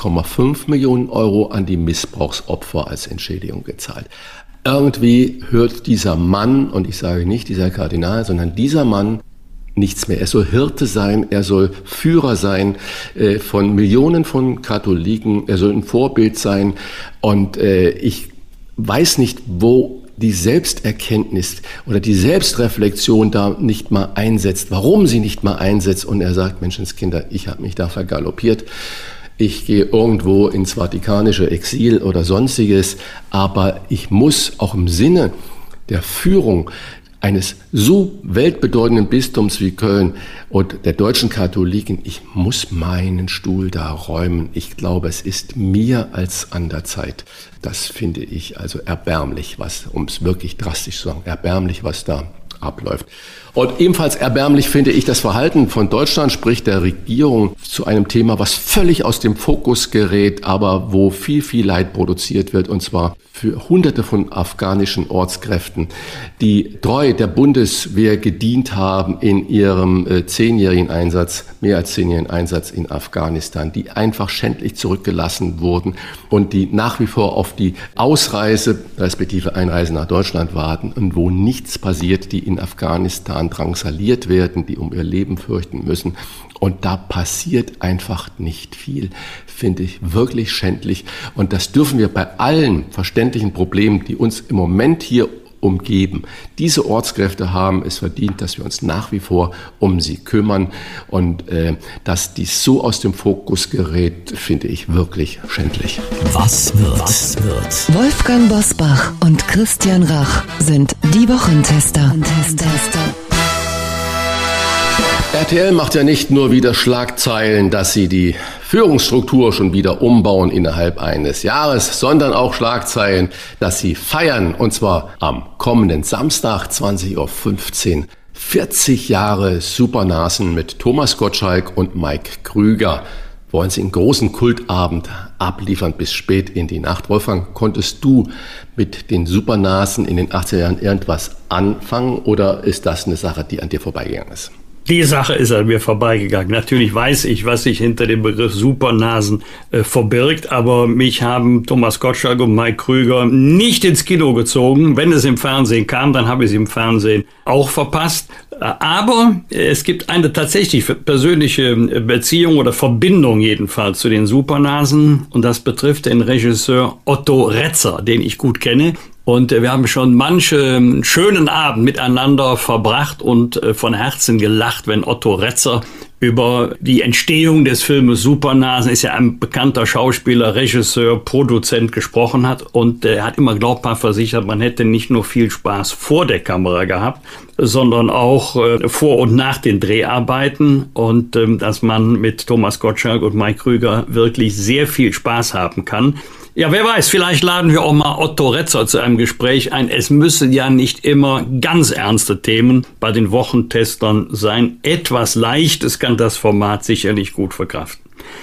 1,5 Millionen Euro an die Missbrauchsopfer als Entschädigung gezahlt. Irgendwie hört dieser Mann, und ich sage nicht dieser Kardinal, sondern dieser Mann nichts mehr. Er soll Hirte sein, er soll Führer sein von Millionen von Katholiken, er soll ein Vorbild sein. Und ich weiß nicht, wo die Selbsterkenntnis oder die Selbstreflexion da nicht mal einsetzt, warum sie nicht mal einsetzt. Und er sagt, Menschenskinder, ich habe mich da vergaloppiert. Ich gehe irgendwo ins vatikanische Exil oder Sonstiges, aber ich muss auch im Sinne der Führung eines so weltbedeutenden Bistums wie Köln und der deutschen Katholiken, ich muss meinen Stuhl da räumen. Ich glaube, es ist mir als an der Zeit. Das finde ich also erbärmlich, um es wirklich drastisch zu sagen, erbärmlich, was da abläuft. Und ebenfalls erbärmlich finde ich das Verhalten von Deutschland, sprich der Regierung, zu einem Thema, was völlig aus dem Fokus gerät, aber wo viel, viel Leid produziert wird, und zwar für Hunderte von afghanischen Ortskräften, die treu der Bundeswehr gedient haben in ihrem 10-jährigen Einsatz, mehr als 10-jährigen Einsatz in Afghanistan, die einfach schändlich zurückgelassen wurden und die nach wie vor auf die Ausreise, respektive Einreise nach Deutschland warten und wo nichts passiert, die in Afghanistan drangsaliert werden, die um ihr Leben fürchten müssen. Und da passiert einfach nicht viel, finde ich wirklich schändlich. Und das dürfen wir bei allen verständlichen Problemen, die uns im Moment hier umgeben. Diese Ortskräfte haben es verdient, dass wir uns nach wie vor um sie kümmern. Und dass dies so aus dem Fokus gerät, finde ich wirklich schändlich. Was wird? Wolfgang Bosbach und Christian Rach sind die Wochentester. RTL macht ja nicht nur wieder Schlagzeilen, dass sie die Führungsstruktur schon wieder umbauen innerhalb eines Jahres, sondern auch Schlagzeilen, dass sie feiern, und zwar am kommenden Samstag 20:15 Uhr. 40 Jahre Supernasen mit Thomas Gottschalk und Mike Krüger. Wollen sie einen großen Kultabend abliefern bis spät in die Nacht. Wolfgang, konntest du mit den Supernasen in den 80er Jahren irgendwas anfangen oder ist das eine Sache, die an dir vorbeigegangen ist? Die Sache ist an mir vorbeigegangen. Natürlich weiß ich, was sich hinter dem Begriff Supernasen verbirgt, aber mich haben Thomas Gottschalk und Mike Krüger nicht ins Kino gezogen. Wenn es im Fernsehen kam, dann habe ich es im Fernsehen auch verpasst. Aber es gibt eine tatsächlich persönliche Beziehung oder Verbindung jedenfalls zu den Supernasen und das betrifft den Regisseur Otto Retzer, den ich gut kenne. Und wir haben schon manchen schönen Abend miteinander verbracht und von Herzen gelacht, wenn Otto Retzer über die Entstehung des Filmes Supernasen, ist ja ein bekannter Schauspieler, Regisseur, Produzent, gesprochen hat. Und er hat immer glaubhaft versichert, man hätte nicht nur viel Spaß vor der Kamera gehabt, sondern auch vor und nach den Dreharbeiten. Und dass man mit Thomas Gottschalk und Mike Krüger wirklich sehr viel Spaß haben kann. Ja, wer weiß, vielleicht laden wir auch mal Otto Retzer zu einem Gespräch ein. Es müssen ja nicht immer ganz ernste Themen bei den Wochentestern sein. Etwas Leichtes kann das Format sicherlich gut verkraften.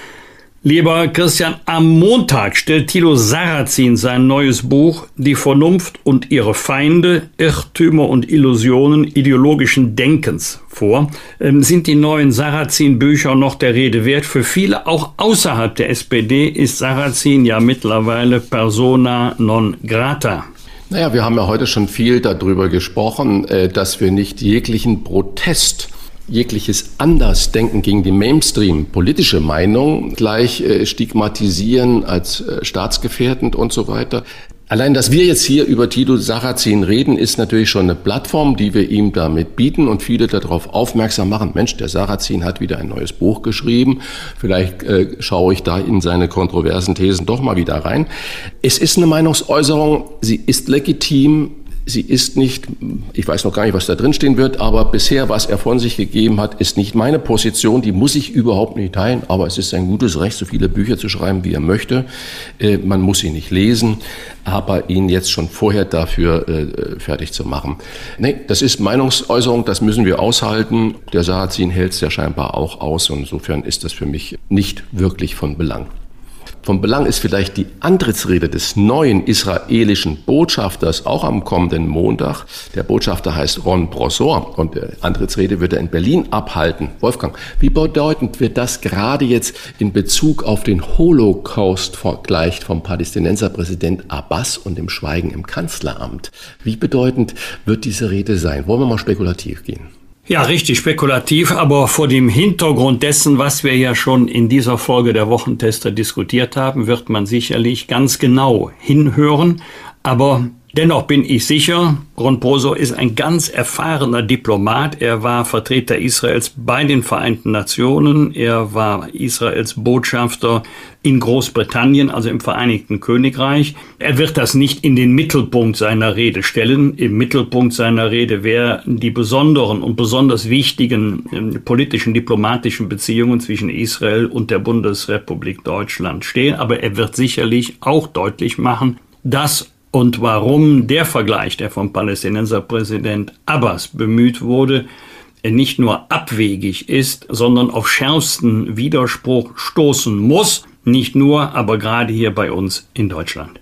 Lieber Christian, am Montag stellt Thilo Sarrazin sein neues Buch Die Vernunft und ihre Feinde, Irrtümer und Illusionen ideologischen Denkens vor. Sind die neuen Sarrazin-Bücher noch der Rede wert? Für viele, auch außerhalb der SPD, ist Sarrazin ja mittlerweile persona non grata. Naja, wir haben ja heute schon viel darüber gesprochen, dass wir nicht jeglichen Protest, jegliches Andersdenken gegen die Mainstream-politische Meinung gleich stigmatisieren als staatsgefährdend und so weiter. Allein, dass wir jetzt hier über Thilo Sarrazin reden, ist natürlich schon eine Plattform, die wir ihm damit bieten und viele darauf aufmerksam machen. Mensch, der Sarrazin hat wieder ein neues Buch geschrieben. Vielleicht schaue ich da in seine kontroversen Thesen doch mal wieder rein. Es ist eine Meinungsäußerung, sie ist legitim. Sie ist nicht, ich weiß noch gar nicht, was da drin stehen wird, aber bisher, was er von sich gegeben hat, ist nicht meine Position. Die muss ich überhaupt nicht teilen, aber es ist ein gutes Recht, so viele Bücher zu schreiben, wie er möchte. Man muss sie nicht lesen, aber ihn jetzt schon vorher dafür fertig zu machen. Nee, das ist Meinungsäußerung, das müssen wir aushalten. Der Sarrazin hält es ja scheinbar auch aus und insofern ist das für mich nicht wirklich von Belang. Von Belang ist vielleicht die Antrittsrede des neuen israelischen Botschafters, auch am kommenden Montag. Der Botschafter heißt Ron Brossor und die Antrittsrede wird er in Berlin abhalten. Wolfgang, wie bedeutend wird das gerade jetzt in Bezug auf den Holocaust vergleicht vom Palästinenserpräsident Abbas und dem Schweigen im Kanzleramt? Wie bedeutend wird diese Rede sein? Wollen wir mal spekulativ gehen? Ja, richtig spekulativ, aber vor dem Hintergrund dessen, was wir ja schon in dieser Folge der Wochentester diskutiert haben, wird man sicherlich ganz genau hinhören. Aber dennoch bin ich sicher, Ron Brossor ist ein ganz erfahrener Diplomat. Er war Vertreter Israels bei den Vereinten Nationen. Er war Israels Botschafter in Großbritannien, also im Vereinigten Königreich. Er wird das nicht in den Mittelpunkt seiner Rede stellen. Im Mittelpunkt seiner Rede werden die besonderen und besonders wichtigen politischen, diplomatischen Beziehungen zwischen Israel und der Bundesrepublik Deutschland stehen. Aber er wird sicherlich auch deutlich machen, dass und warum der Vergleich, der vom Palästinenserpräsident Abbas bemüht wurde, nicht nur abwegig ist, sondern auf schärfsten Widerspruch stoßen muss. Nicht nur, aber gerade hier bei uns in Deutschland.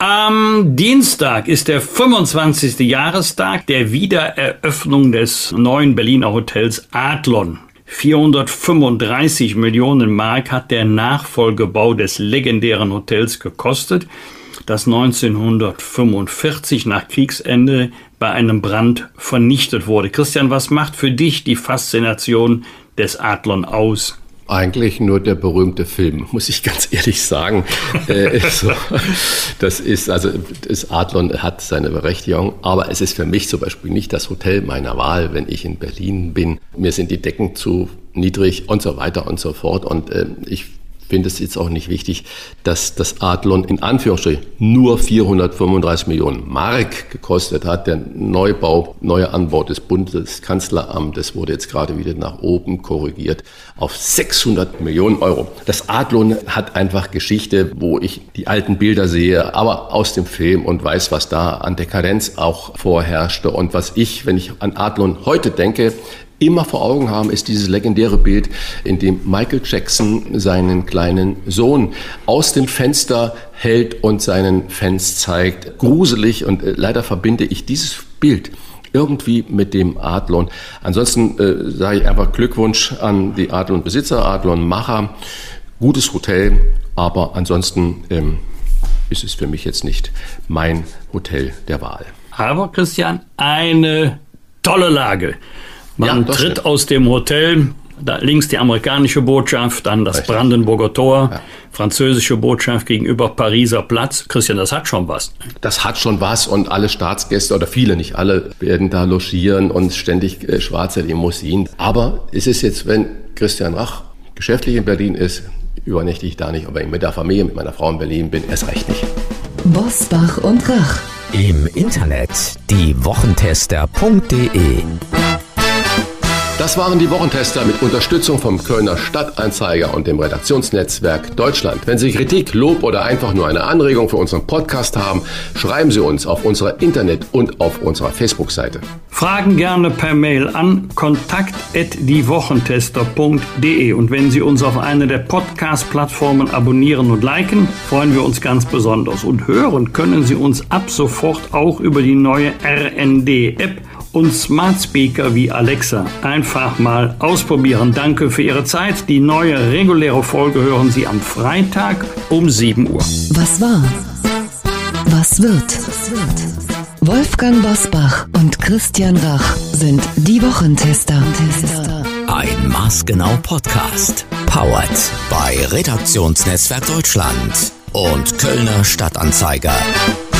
Am Dienstag ist der 25. Jahrestag der Wiedereröffnung des neuen Berliner Hotels Adlon. 435 Millionen Mark hat der Nachfolgebau des legendären Hotels gekostet, das 1945 nach Kriegsende bei einem Brand vernichtet wurde. Christian, was macht für dich die Faszination des Adlon aus? Eigentlich nur der berühmte Film, muss ich ganz ehrlich sagen. Das Adlon hat seine Berechtigung, aber es ist für mich zum Beispiel nicht das Hotel meiner Wahl, wenn ich in Berlin bin. Mir sind die Decken zu niedrig und so weiter und so fort. Und ich finde es jetzt auch nicht wichtig, dass das Adlon in Anführungsstrichen nur 435 Millionen Mark gekostet hat. Der neue Anbau des Bundeskanzleramtes wurde jetzt gerade wieder nach oben korrigiert auf 600 Millionen Euro. Das Adlon hat einfach Geschichte, wo ich die alten Bilder sehe, aber aus dem Film und weiß, was da an Dekadenz auch vorherrschte. Und was ich, wenn ich an Adlon heute denke, immer vor Augen haben, ist dieses legendäre Bild, in dem Michael Jackson seinen kleinen Sohn aus dem Fenster hält und seinen Fans zeigt. Gruselig, und leider verbinde ich dieses Bild irgendwie mit dem Adlon. Ansonsten sage ich einfach Glückwunsch an die Adlon-Besitzer, Adlon-Macher. Gutes Hotel, aber ansonsten ist es für mich jetzt nicht mein Hotel der Wahl. Aber Christian, eine tolle Lage. Man tritt aus dem Hotel, da links die amerikanische Botschaft, dann das Brandenburger Tor, französische Botschaft gegenüber Pariser Platz. Christian, das hat schon was. Das hat schon was, und alle Staatsgäste, oder viele, nicht alle, werden da logieren und ständig schwarze Limousinen. Aber es ist jetzt, wenn Christian Rach geschäftlich in Berlin ist, übernächte ich da nicht, aber mit der Familie, mit meiner Frau in Berlin bin, erst recht nicht. Bosbach und Rach. Im Internet diewochentester.de. Das waren die Wochentester mit Unterstützung vom Kölner Stadtanzeiger und dem Redaktionsnetzwerk Deutschland. Wenn Sie Kritik, Lob oder einfach nur eine Anregung für unseren Podcast haben, schreiben Sie uns auf unserer Internet- und auf unserer Facebook-Seite. Fragen gerne per Mail an kontakt@diewochentester.de. Und wenn Sie uns auf einer der Podcast-Plattformen abonnieren und liken, freuen wir uns ganz besonders. Und hören können Sie uns ab sofort auch über die neue RND-App und Smart Speaker wie Alexa. Einfach mal ausprobieren. Danke für Ihre Zeit. Die neue reguläre Folge hören Sie am Freitag um 7 Uhr. Was war? Was wird? Wolfgang Bosbach und Christian Rach sind die Wochentester. Ein Maßgenau Podcast. Powered bei Redaktionsnetzwerk Deutschland und Kölner Stadtanzeiger.